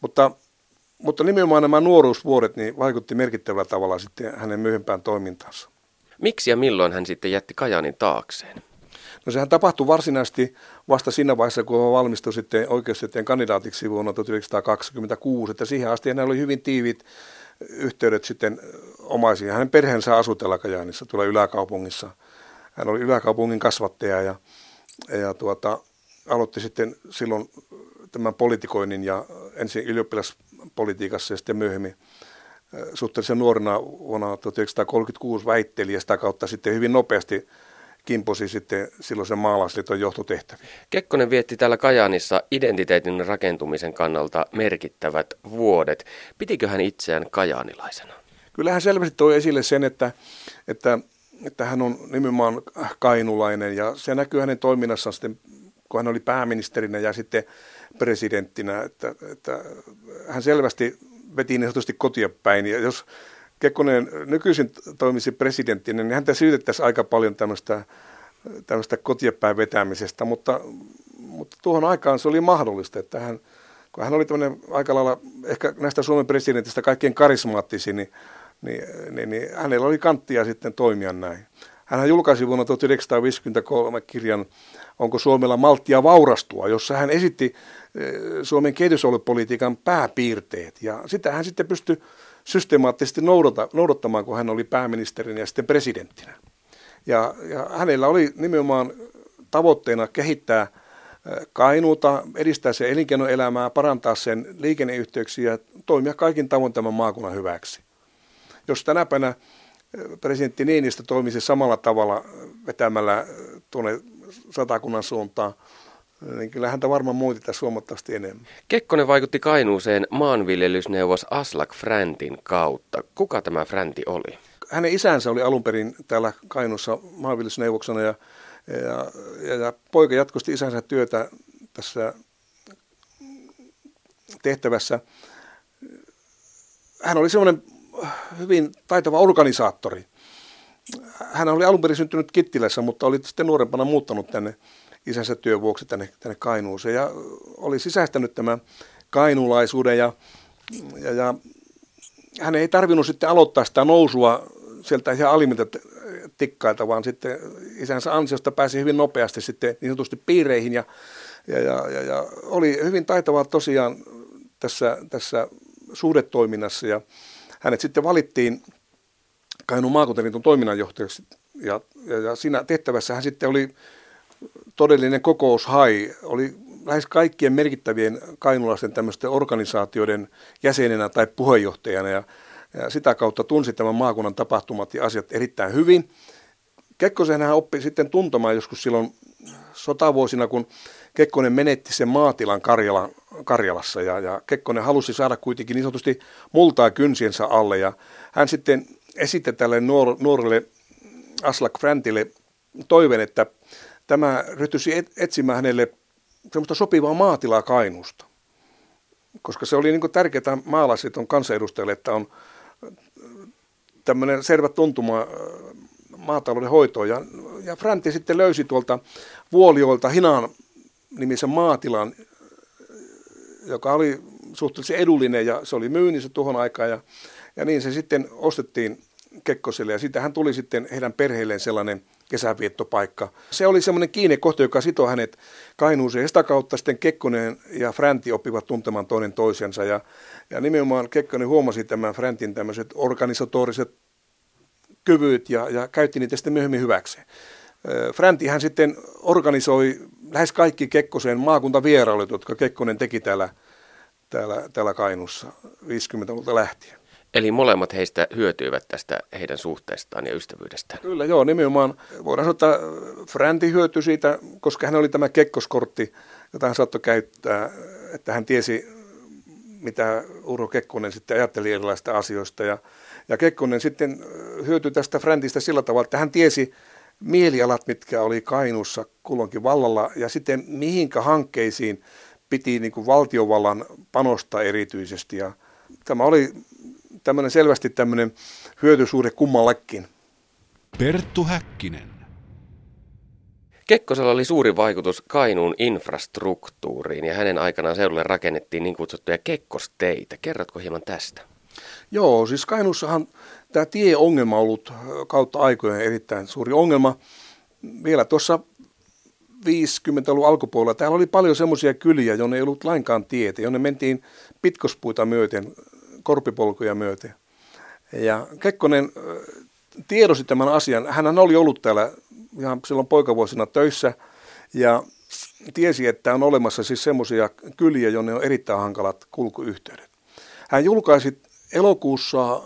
Mutta nimenomaan nämä nuoruusvuodet niin vaikutti merkittävällä tavalla sitten hänen myöhempään toimintaansa. Miksi ja milloin hän sitten jätti Kajaanin taakseen? No sehän tapahtui varsinaisesti vasta siinä vaiheessa, kun hän valmistui sitten oikeustieteen kandidaatiksi vuonna 1926, että siihen asti hänellä oli hyvin tiiviit yhteydet sitten omaisiin. Hänen perheensä asui täällä Kajaanissa, tuolla Yläkaupungissa. Hän oli Yläkaupungin kasvattaja ja aloitti sitten silloin tämän politikoinnin ja ensin ylioppilaspolitiikassa ja sitten myöhemmin suhteellisen nuorena vuonna 1936 väitteli ja sitä kautta sitten hyvin nopeasti kimposi sitten silloisen maalaisliiton johtotehtäviin. Kekkonen vietti täällä Kajaanissa identiteetin rakentumisen kannalta merkittävät vuodet. Pitikö hän itseään kajaanilaisena? Kyllä hän selvästi toi esille sen, että hän on nimenomaan kainulainen ja se näkyy hänen toiminnassaan sitten, kun hän oli pääministerinä ja sitten presidenttinä, että hän selvästi veti niin sanotusti kotia päin. Ja jos Kekkonen nykyisin toimisi presidenttinä, niin häntä syytettäisiin aika paljon tämmöistä kotiepäin vetämisestä, mutta tuohon aikaan se oli mahdollista, että kun hän oli tämmöinen aika lailla ehkä näistä Suomen presidentistä kaikkein karismaattisin, niin hänellä oli kanttia sitten toimia näin. Hän julkaisi vuonna 1953 kirjan Onko Suomella malttia vaurastua, jossa hän esitti Suomen kehitysaluepolitiikan pääpiirteet ja sitä hän sitten pystyi systemaattisesti noudattamaan, kun hän oli pääministerinä ja sitten presidenttinä. Ja hänellä oli nimenomaan tavoitteena kehittää Kainuuta, edistää sen elinkeinoelämää, parantaa sen liikenneyhteyksiä ja toimia kaikin tavoin tämän maakunnan hyväksi. Jos tänä päivänä presidentti Niinistö toimisi samalla tavalla vetämällä tuonne Satakunnan suuntaan, niin kyllä häntä varmaan muutittaisi huomattavasti enemmän. Kekkonen vaikutti Kainuuseen maanviljelysneuvos Aslak Fräntin kautta. Kuka tämä Fränti oli? Hänen isänsä oli alun perin täällä Kainuussa maanviljelysneuvoksena ja poika jatkosti isänsä työtä tässä tehtävässä. Hän oli semmoinen hyvin taitava organisaattori. Hän oli alun perin syntynyt Kittilässä, mutta oli sitten nuorempana muuttanut tänne isänsä työn vuoksi tänne Kainuuseen ja oli sisäistänyt tämän kainuulaisuuden ja hän ei tarvinnut sitten aloittaa sitä nousua sieltä ihan alimmilta tikkailta, vaan sitten isänsä ansiosta pääsi hyvin nopeasti sitten niin sanotusti piireihin ja oli hyvin taitava tosiaan tässä suhdetoiminnassa ja hänet sitten valittiin Kainuun maakuntaliiton toiminnanjohtajaksi ja siinä tehtävässä hän sitten oli todellinen kokoushai, oli lähes kaikkien merkittävien kainuulaisten tämmöisten organisaatioiden jäsenenä tai puheenjohtajana ja ja sitä kautta tunsi tämän maakunnan tapahtumat ja asiat erittäin hyvin. Kekkosen hän oppi sitten tuntemaan joskus silloin sotavuosina, kun Kekkonen menetti sen maatilan Karjalassa ja Kekkonen halusi saada kuitenkin niin sanotusti multaa kynsiensä alle ja hän sitten esitti tälle nuorelle Aslak Fräntille toiveen, että tämä ryhtyisi etsimään hänelle semmoista sopivaa maatilaa Kainuusta, koska se oli niin kuin tärkeää maalaisliiton kansanedustajille, että on tämmöinen selvä tuntuma maatalouden hoitoon. Ja Fränti sitten löysi tuolta Vuolijoilta Hinan nimisen maatilan, joka oli suhteellisen edullinen ja se oli myynnissä tuohon aikaan ja niin se sitten ostettiin Kekkoselle ja siitähän tuli sitten heidän perheilleen sellainen kesäviettopaikka. Se oli semmoinen kiinnekohta, joka sitoi hänet Kainuuseen ja sitä kautta sitten Kekkonen ja Fränti oppivat tuntemaan toinen toisensa ja nimenomaan Kekkonen huomasi tämän Fräntin tämmöiset organisatoriset kyvyt ja käytti niitä sitten myöhemmin hyväkseen. Fränti hän sitten organisoi lähes kaikki Kekkosen maakuntavierailut, jotka Kekkonen teki täällä Kainuussa 50-luvulta lähtien. Eli molemmat heistä hyötyivät tästä heidän suhteestaan ja ystävyydestään. Kyllä joo, nimenomaan voidaan sanoa, että Fränti hyötyi siitä, koska hän oli tämä kekkoskortti, jota hän saattoi käyttää, että hän tiesi, mitä Urho Kekkonen sitten ajatteli erilaisista asioista. Ja Kekkonen sitten hyötyi tästä Fräntistä sillä tavalla, että hän tiesi mielialat, mitkä oli Kainuussa kulloinkin vallalla, ja sitten mihinkä hankkeisiin piti niin kuin valtiovallan panostaa erityisesti. Ja tämä oli selvästi tämmöinen hyötysuhde kummallekin. Perttu Häkkinen. Kekkosella oli suuri vaikutus Kainuun infrastruktuuriin ja hänen aikanaan seudulle rakennettiin niin kutsuttuja kekkosteitä. Kerrotko hieman tästä? Joo, siis Kainuussahan tämä tieongelma on ollut kautta aikojen erittäin suuri ongelma. Vielä tuossa 50-luvun alkupuolella täällä oli paljon semmoisia kyliä, jonne ei ollut lainkaan tietä, jonne mentiin pitkospuita myöten, korpipolkuja myöten. Ja Kekkonen tiedosi tämän asian. Hänhän oli ollut täällä ihan silloin poikavuosina töissä ja tiesi, että on olemassa siis semmoisia kyliä, jonne on erittäin hankalat kulkuyhteydet. Hän julkaisi elokuussa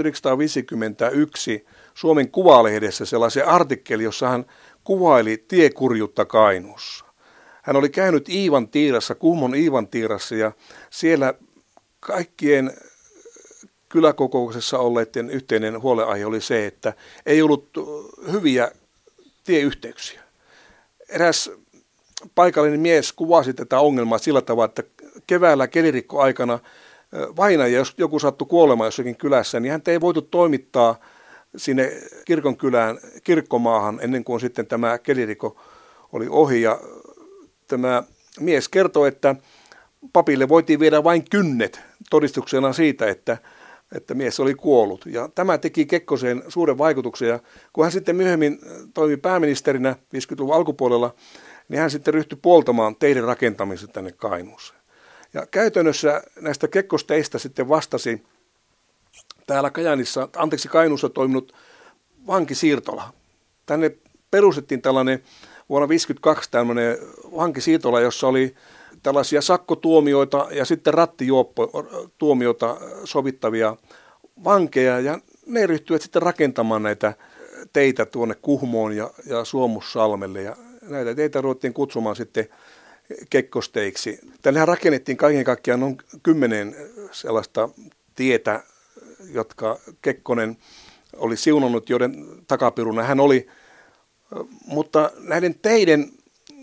1951 Suomen Kuvalehdessä sellaisen artikkeli, jossa hän kuvaili tiekurjuutta Kainuussa. Hän oli käynyt Iivantiirassa, Kuhmon Iivantiirassa ja siellä kaikkien kyläkokouksessa olleiden yhteinen huolenaihe oli se, että ei ollut hyviä tieyhteyksiä. Eräs paikallinen mies kuvasi tätä ongelmaa sillä tavalla, että keväällä kelirikkoaikana vainaja, jos joku sattui kuolemaan jossakin kylässä, niin häntä ei voitu toimittaa sinne kirkonkylään, kirkkomaahan, ennen kuin sitten tämä kelirikko oli ohi. Ja tämä mies kertoi, että papille voitiin viedä vain kynnet todistuksena siitä, että mies oli kuollut. Ja tämä teki Kekkoseen suuren vaikutuksen. Ja kun hän sitten myöhemmin toimi pääministerinä 50-luvun alkupuolella, niin hän sitten ryhtyi puoltamaan teiden rakentamista tänne Kainuuseen. Ja käytännössä näistä kekkosteistä sitten vastasi täällä Kainuussa toiminut vankisiirtola. Tänne perustettiin tällainen vuonna 1952 tällainen vankisiirtola, jossa oli tällaisia sakkotuomioita ja sitten rattijuoppotuomioita sovittavia vankeja. Ja ne ryhtyivät sitten rakentamaan näitä teitä tuonne Kuhmoon ja Suomussalmelle. Ja näitä teitä ruvettiin kutsumaan sitten kekkosteiksi. Tännehän rakennettiin kaiken kaikkiaan noin 10 sellaista tietä, jotka Kekkonen oli siunannut, joiden takapiruna hän oli. Mutta näiden teiden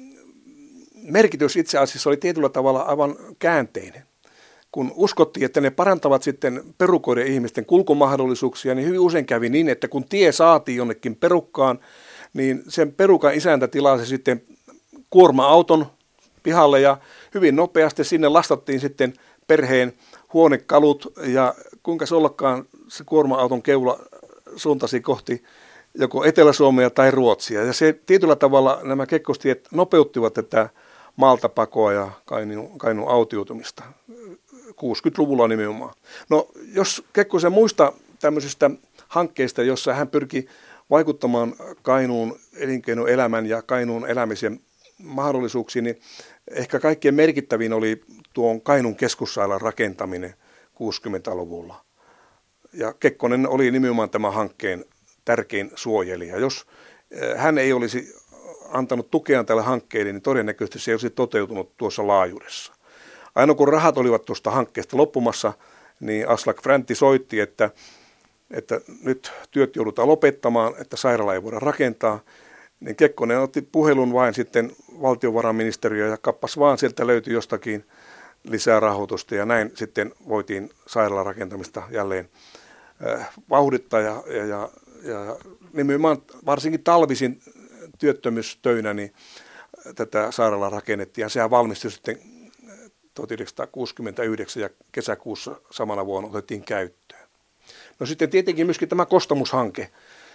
merkitys itse asiassa oli tietyllä tavalla aivan käänteinen. Kun uskottiin, että ne parantavat sitten perukoiden ihmisten kulkumahdollisuuksia, niin hyvin usein kävi niin, että kun tie saatiin jonnekin perukkaan, niin sen perukan isäntä tilasi sitten kuorma-auton pihalle ja hyvin nopeasti sinne lastattiin sitten perheen huonekalut ja kuinka se ollakaan se kuorma-auton keula suuntasi kohti joko Etelä-Suomea tai Ruotsia. Ja se tietyllä tavalla nämä kekkostiet nopeuttivat tätä maaltapakoa ja Kainuun autioitumista 60-luvulla nimenomaan. No jos Kekkosen muista tämmöisestä hankkeesta, jossa hän pyrki vaikuttamaan Kainuun elinkeinoelämän ja Kainuun elämisen mahdollisuuksiin, niin ehkä kaikkein merkittävin oli tuon Kainuun keskussairaalan rakentaminen 60-luvulla. Ja Kekkonen oli nimenomaan tämän hankkeen tärkein suojelija. Jos hän ei olisi antanut tukea tälle hankkeelle, niin todennäköisesti se ei olisi toteutunut tuossa laajuudessa. Aina kun rahat olivat tuosta hankkeesta loppumassa, niin Aslak Franti soitti, että nyt työt joudutaan lopettamaan, että sairaala ei voida rakentaa. Niin Kekkonen otti puhelun vain sitten valtiovarainministeriöön ja kappas vaan sieltä löytyi jostakin lisää rahoitusta ja näin sitten voitiin sairaalan rakentamista jälleen vauhdittaa ja nimenomaan varsinkin talvisin työttömyystöinä niin tätä sairaalaa rakennettiin ja sehän valmistui sitten 1969 ja kesäkuussa samana vuonna otettiin käyttöön. No sitten tietenkin myöskin tämä Kostamushanke,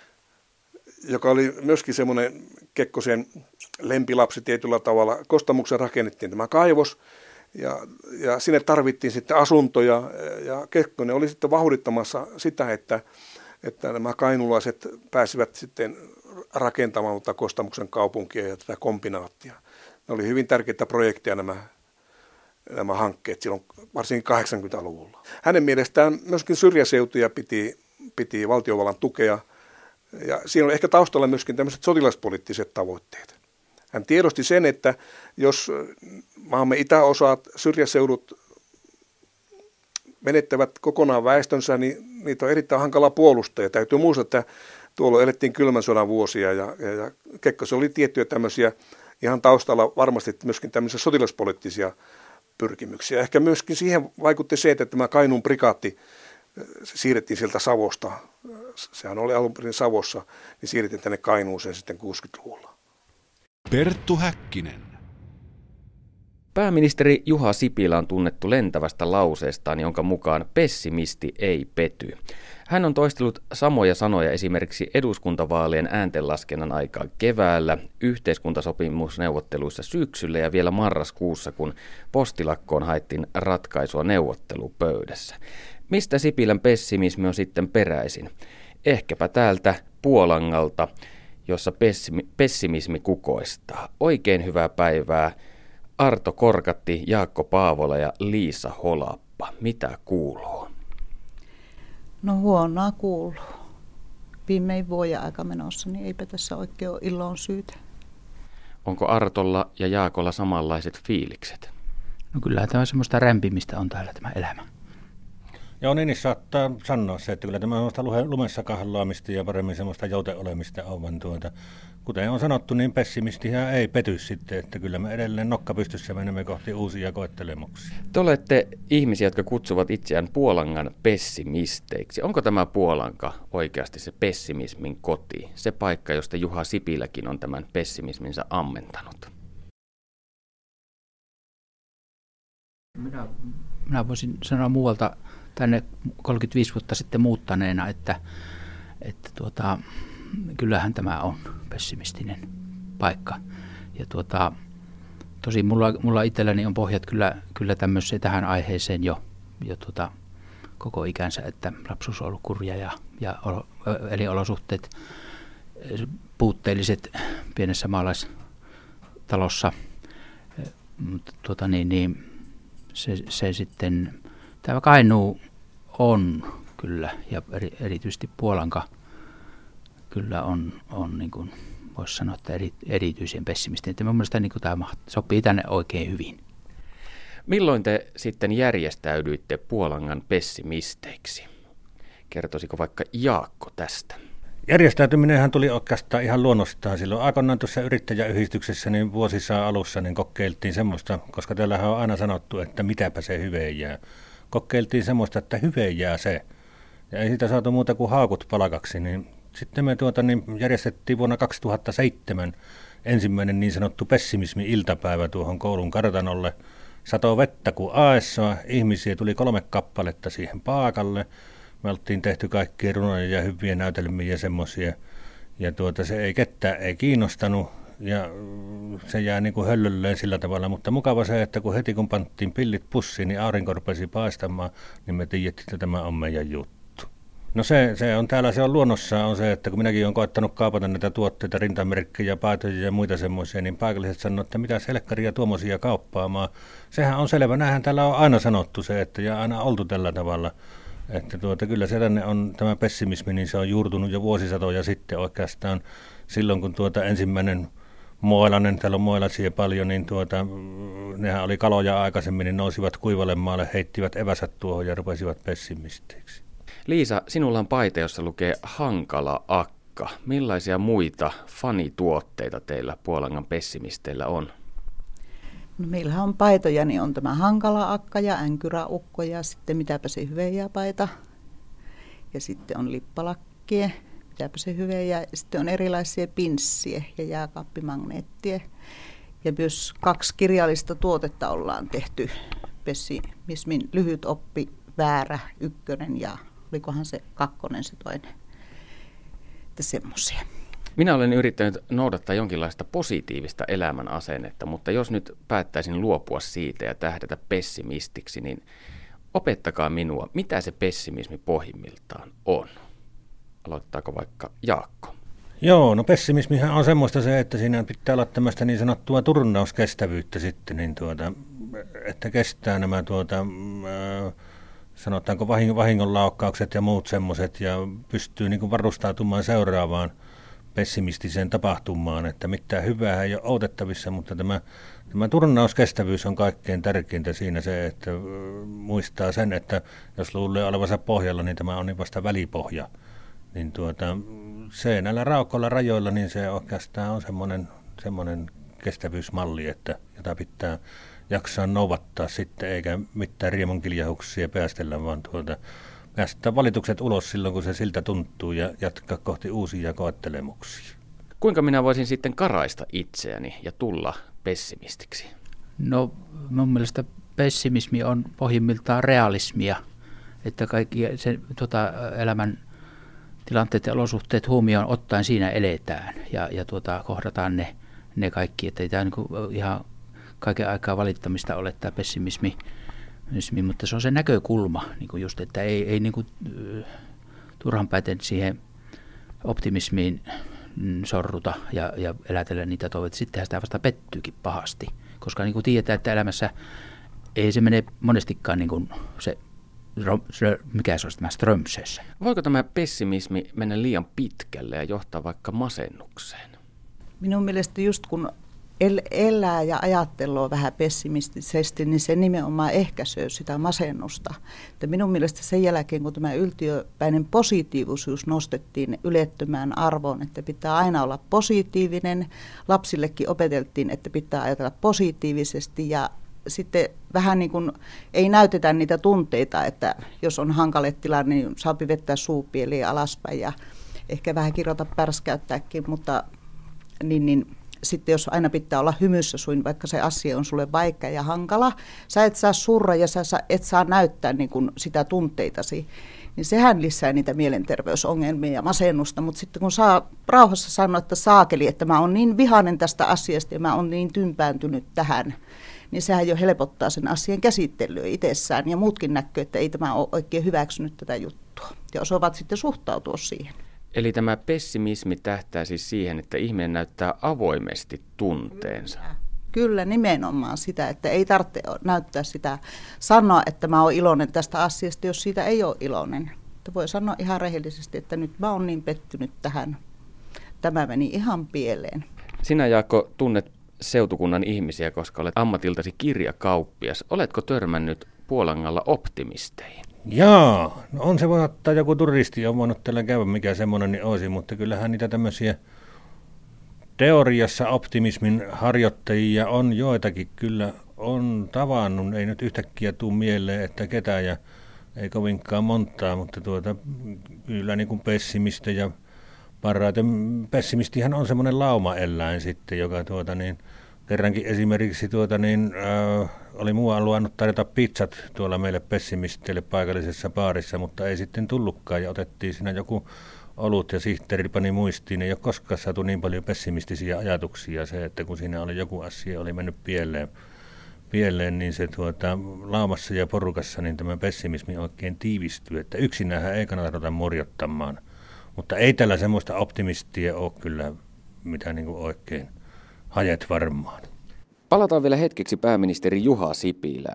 joka oli myöskin semmoinen Kekkosen lempilapsi tietyllä tavalla. Kostamukseen rakennettiin tämä kaivos ja sinne tarvittiin sitten asuntoja ja Kekkonen oli sitten vauhdittamassa sitä, että nämä kainulaiset pääsivät sitten rakentamaan Kostamuksen kaupunkia ja tätä kombinaattia. Ne oli hyvin tärkeitä projekteja nämä hankkeet silloin varsinkin 80-luvulla. Hänen mielestään myöskin syrjäseutuja piti valtiovallan tukea ja siinä on ehkä taustalla myöskin tämmöiset sotilaspoliittiset tavoitteet. Hän tiedosti sen, että jos maamme itäosat, syrjäseudut menettävät kokonaan väestönsä, niin niitä on erittäin hankala puolustaa. Ja täytyy muistaa, että tuolla elettiin kylmän sodan vuosia ja Kekkosen oli tiettyjä tämmöisiä ihan taustalla varmasti myöskin tämmöisiä sotilaspoliittisia pyrkimyksiä. Ehkä myöskin siihen vaikutti se, että tämä Kainuun prikaatti siirrettiin sieltä Savosta, sehän oli alun perin Savossa, niin siirrettiin tänne Kainuuseen sitten 60-luvulla. Perttu Häkkinen. Pääministeri Juha Sipilä on tunnettu lentävästä lauseestaan, jonka mukaan pessimisti ei pety. Hän on toistellut samoja sanoja esimerkiksi eduskuntavaalien ääntenlaskennan aikaan keväällä, yhteiskuntasopimusneuvotteluissa syksyllä ja vielä marraskuussa, kun postilakkoon haettiin ratkaisua neuvottelupöydässä. Mistä Sipilän pessimismi on sitten peräisin? Ehkäpä täältä Puolangalta, jossa pessimismi kukoistaa. Oikein hyvää päivää. Arto Korkatti, Jaakko Paavola ja Liisa Holappa. Mitä kuuluu? No huonoa kuuluu. Viimein vuoden aika menossa, niin eipä tässä oikein ole ilon syytä. Onko Artolla ja Jaakolla samanlaiset fiilikset? No kyllä tämä semmoista rämpimistä on täällä tämä elämä. Joo, niin saattaa sanoa se, että kyllä tämä on semmoista lumessa kahlaamista ja paremmin semmoista jouteolemista on, vaan kuten on sanottu, niin pessimistihän ei pety sitten, että kyllä me edelleen nokka pystyssä menemme kohti uusia koettelemuksia. Te olette ihmisiä, jotka kutsuvat itseään Puolangan pessimisteiksi. Onko tämä Puolanka oikeasti se pessimismin koti, se paikka, josta Juha Sipiläkin on tämän pessimisminsä ammentanut? Minä voisin sanoa muualta tänne 35 vuotta sitten muuttaneena, että kyllähän tämä on pessimistinen paikka. Ja tosi mulla itselläni on pohjat kyllä tämmöiseen tähän aiheeseen jo koko ikänsä, että lapsuus on ollut kurja ja elinolosuhteet puutteelliset pienessä maalaistalossa. Se sitten, tämä Kainuu on kyllä, ja erityisesti Puolanka kyllä on niin kuin voisi sanoa, että erityisen pessimistinen. Että minun mielestä niin tämä sopii tänne oikein hyvin. Milloin te sitten järjestäydyitte Puolangan pessimisteiksi? Kertoisiko vaikka Jaakko tästä? Järjestäytyminenhän tuli oikeastaan ihan luonnostaan silloin. Aikoinaan tuossa yrittäjäyhdistyksessä niin vuosissaan alussa niin kokeiltiin semmoista, koska teillähän on aina sanottu, että mitäpä se hyveen jää. Kokeiltiin semmoista, että hyveen jää se. Ja ei siitä saatu muuta kuin haakut palkaksi. Niin sitten me järjestettiin vuonna 2007 ensimmäinen niin sanottu pessimismi-iltapäivä tuohon koulun kartanolle. Satoi vettä kuin aessoa, ihmisiä tuli 3 kappaletta siihen paikalle. Me oltiin tehty kaikkia runoja ja hyviä näytelmiä ja semmoisia. Ja se ei ketään ei kiinnostanut ja se jää niin kuin höllölleen sillä tavalla. Mutta mukava se, että heti kun panttiin pillit pussiin, niin aurinko rupesi paistamaan, niin me tiedettiin, että tämä on meidän juttu. No se on täällä, se on luonnossa on se, että kun minäkin olen koettanut kaapata näitä tuotteita, rintamerkkejä, paitoja ja muita semmoisia, niin paikalliset sanoo, että mitä selkkaria tuommoisia kauppaamaan. Sehän on selvä, näinhän täällä on aina sanottu se, että ja aina oltu tällä tavalla. Että kyllä se tänne on tämä pessimismi, niin se on juurtunut jo vuosisatoja sitten oikeastaan silloin, kun ensimmäinen moilainen, täällä on moilaisia paljon, niin nehän oli kaloja aikaisemmin, niin nousivat kuivalle maalle, heittivät eväsät tuohon ja rupesivat pessimisteiksi. Liisa, sinulla on paita, jossa lukee Hankala akka. Millaisia muita fanituotteita teillä Puolangan pessimisteillä on? No, meillähän on paitoja, niin on tämä Hankala akka ja änkyräukko ja sitten mitäpä se hyvejä paita. Ja sitten on lippalakkie, mitäpä se hyvejä. Ja sitten on erilaisia pinssiä ja jääkaappimagneettia. Ja myös 2 kirjallista tuotetta ollaan tehty. Pessimismin lyhyt oppi, väärä, 1 ja olikohan se 2 se toinen. Että semmoisia. Minä olen yrittänyt noudattaa jonkinlaista positiivista elämän asennetta, mutta jos nyt päättäisin luopua siitä ja tähdätä pessimistiksi, niin opettakaa minua, mitä se pessimismi pohjimmiltaan on. Aloittaako vaikka Jaakko? Joo, no pessimismihän on semmoista se, että siinä pitää olla tämmöistä niin sanottua turnauskestävyyttä sitten, niin että kestää nämä sanotaanko vahingonlaukkaukset ja muut semmoiset ja pystyy niin kuin varustautumaan seuraavaan pessimistiseen tapahtumaan, että mitään hyvää ei ole odotettavissa, mutta tämä turnauskestävyys on kaikkein tärkeintä siinä se, että muistaa sen, että jos luulee olevansa pohjalla, niin tämä on niin vasta välipohja. Niin se näillä raukoilla rajoilla, niin se oikeastaan on semmoinen kestävyysmalli, jota pitää jaksaa noudattaa sitten, eikä mitään riemunkiljahuksia päästellä, vaan päästää valitukset ulos silloin, kun se siltä tuntuu ja jatkaa kohti uusia koettelemuksia. Kuinka minä voisin sitten karaista itseäni ja tulla pessimistiksi? No mun mielestä pessimismi on pohjimmiltaan realismia, että kaikki elämän tilanteet ja olosuhteet huomioon ottaen siinä eletään ja kohdataan ne kaikki, että ei tämä niin ihan kaiken aikaa valittamista ole tämä pessimismi, mutta se on se näkökulma, niin kuin just, että ei niin kuin, turhanpäiten siihen optimismiin sorruta ja elätellä niitä toiveita. Sittenhän sitä vasta pettyykin pahasti, koska niin kuin tiedetään, että elämässä ei se mene monestikaan niin kuin mikä se olisi tämä Strömsössä. Voiko tämä pessimismi mennä liian pitkälle ja johtaa vaikka masennukseen? Minun mielestä just kun elää ja ajattelee vähän pessimistisesti, niin se nimenomaan ehkäisee sitä masennusta. Että minun mielestä sen jälkeen, kun tämä yltiöpäinen positiivisuus nostettiin ylettömään arvoon, että pitää aina olla positiivinen, lapsillekin opeteltiin, että pitää ajatella positiivisesti ja sitten vähän niin kuin ei näytetä niitä tunteita, että jos on hankala tilanne, niin saapi vettää suupieliä alaspäin ja ehkä vähän kirjoita pärskäyttääkin, mutta niin sitten jos aina pitää olla hymyssä suin, vaikka se asia on sulle vaikea ja hankala, sä et saa surra ja sä et saa näyttää niin kuin sitä tunteitasi, niin sehän lisää niitä mielenterveysongelmia ja masennusta, mutta sitten kun saa rauhassa sanoa, että saakeli, että mä oon niin vihainen tästä asiasta ja mä oon niin tympääntynyt tähän, niin sehän jo helpottaa sen asian käsittelyä itsessään ja muutkin näkyy, että ei tämä ole oikein hyväksynyt tätä juttua ja osaavat sitten suhtautua siihen. Eli tämä pessimismi tähtää siis siihen, että ihminen näyttää avoimesti tunteensa. Kyllä, nimenomaan sitä, että ei tarvitse näyttää sitä, sanoa, että mä oon iloinen tästä asiasta, jos siitä ei ole iloinen. Että voi sanoa ihan rehellisesti, että nyt mä oon niin pettynyt tähän. Tämä meni ihan pieleen. Sinä, Jaakko, tunnet seutukunnan ihmisiä, koska olet ammatiltasi kirjakauppias. Oletko törmännyt Puolangalla optimisteihin? Jaa, no on se voi ottaa joku turisti, on voinut tällä käydä, mikä semmoinen niin olisi, mutta kyllähän niitä tämmöisiä teoriassa optimismin harjoittajia on joitakin, kyllä on tavannut, ei nyt yhtäkkiä tule mieleen, että ketään ja ei kovinkaan montaa, mutta kyllä niin kuin pessimistejä parhaiten. Pessimistihän on semmoinen laumaeläin sitten, joka kerrankin esimerkiksi oli muualla luvannut tarjota pizzat tuolla meille pessimisteille paikallisessa baarissa, mutta ei sitten tullutkaan ja otettiin siinä joku olut ja sihteeri pani muistiin. Ei ole koskaan saatu niin paljon pessimistisiä ajatuksia se, että kun siinä oli joku asia oli mennyt pieleen niin se laumassa ja porukassa niin tämä pessimismi oikein tiivistyy, että yksinähän ei kannata ruveta morjottamaan. Mutta ei tällä semmoista optimistia ole kyllä, mitä niin kuin oikein hajet varmaan. Palataan vielä hetkeksi pääministeri Juha Sipilään.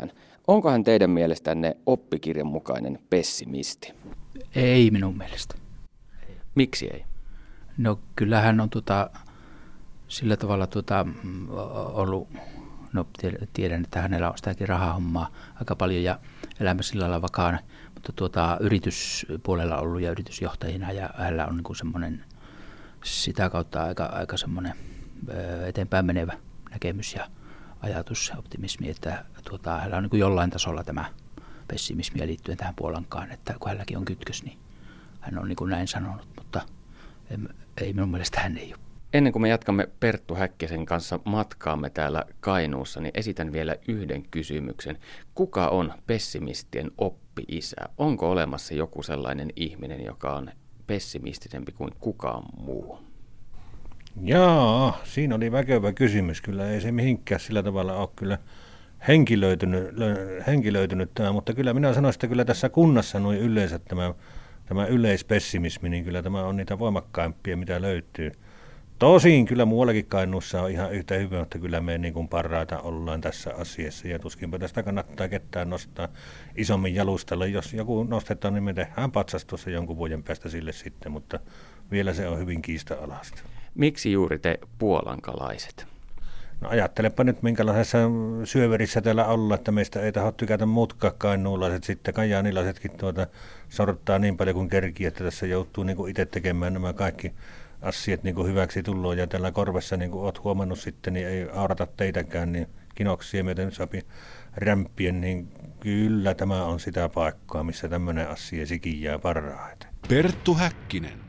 Onko hän teidän mielestänne oppikirjan mukainen pessimisti? Ei minun mielestä. Miksi ei? No kyllähän on sillä tavalla ollut, no tiedän, että hänellä on sitäkin rahahommaa aika paljon ja elämä sillä lailla vakaana, mutta yrityspuolella ollut ja yritysjohtajina ja hänellä on niin kuin semmoinen sitä kautta aika semmoinen eteenpäin menevä näkemys ja ajatus ja optimismi, että hänellä on niin kuin jollain tasolla tämä pessimismiä liittyen tähän Puolankaan, että kun hänelläkin on kytkös, niin hän on niin kuin näin sanonut, mutta ei minun mielestä hän ei ole. Ennen kuin me jatkamme Perttu Häkkisen kanssa matkaamme täällä Kainuussa, niin esitän vielä yhden kysymyksen. Kuka on pessimistien oppi-isä? Onko olemassa joku sellainen ihminen, joka on pessimistisempi kuin kukaan muu? Jaa, siinä oli väkevä kysymys. Kyllä ei se mihinkään sillä tavalla ole kyllä henkilöitynyt tämä, mutta kyllä minä sanoisin, että kyllä tässä kunnassa noin yleensä tämä yleispessimismi, niin kyllä tämä on niitä voimakkaimpia, mitä löytyy. Tosin kyllä muuallakin Kainuussa on ihan yhtä hyvä, että kyllä me niin kuin parhaita ollaan tässä asiassa ja tuskinpä tästä kannattaa ketään nostaa isommin jalustalle. Jos joku nostetaan, niin me tehdään patsastussa jonkun vuoden päästä sille sitten, mutta vielä se on hyvin kiista-alasta. Miksi juuri te puolankalaiset? No ajattelepa nyt, minkälaisessa syöverissä täällä ollaan, että meistä ei taho tykätä muutkaan kainuulaiset, sitten kajaanilaisetkin sorttaa niin paljon kuin kerkii, että tässä joutuu niin kuin itse tekemään nämä kaikki asiat niin kuin hyväksi tulloa, ja tällä korvessa, niin kuin olet huomannut sitten, niin ei aurata teitäkään, niin kinoksia myöten saapi rämpien, niin kyllä tämä on sitä paikkaa, missä tämmöinen asia sikin jää parhaiten. Perttu Häkkinen.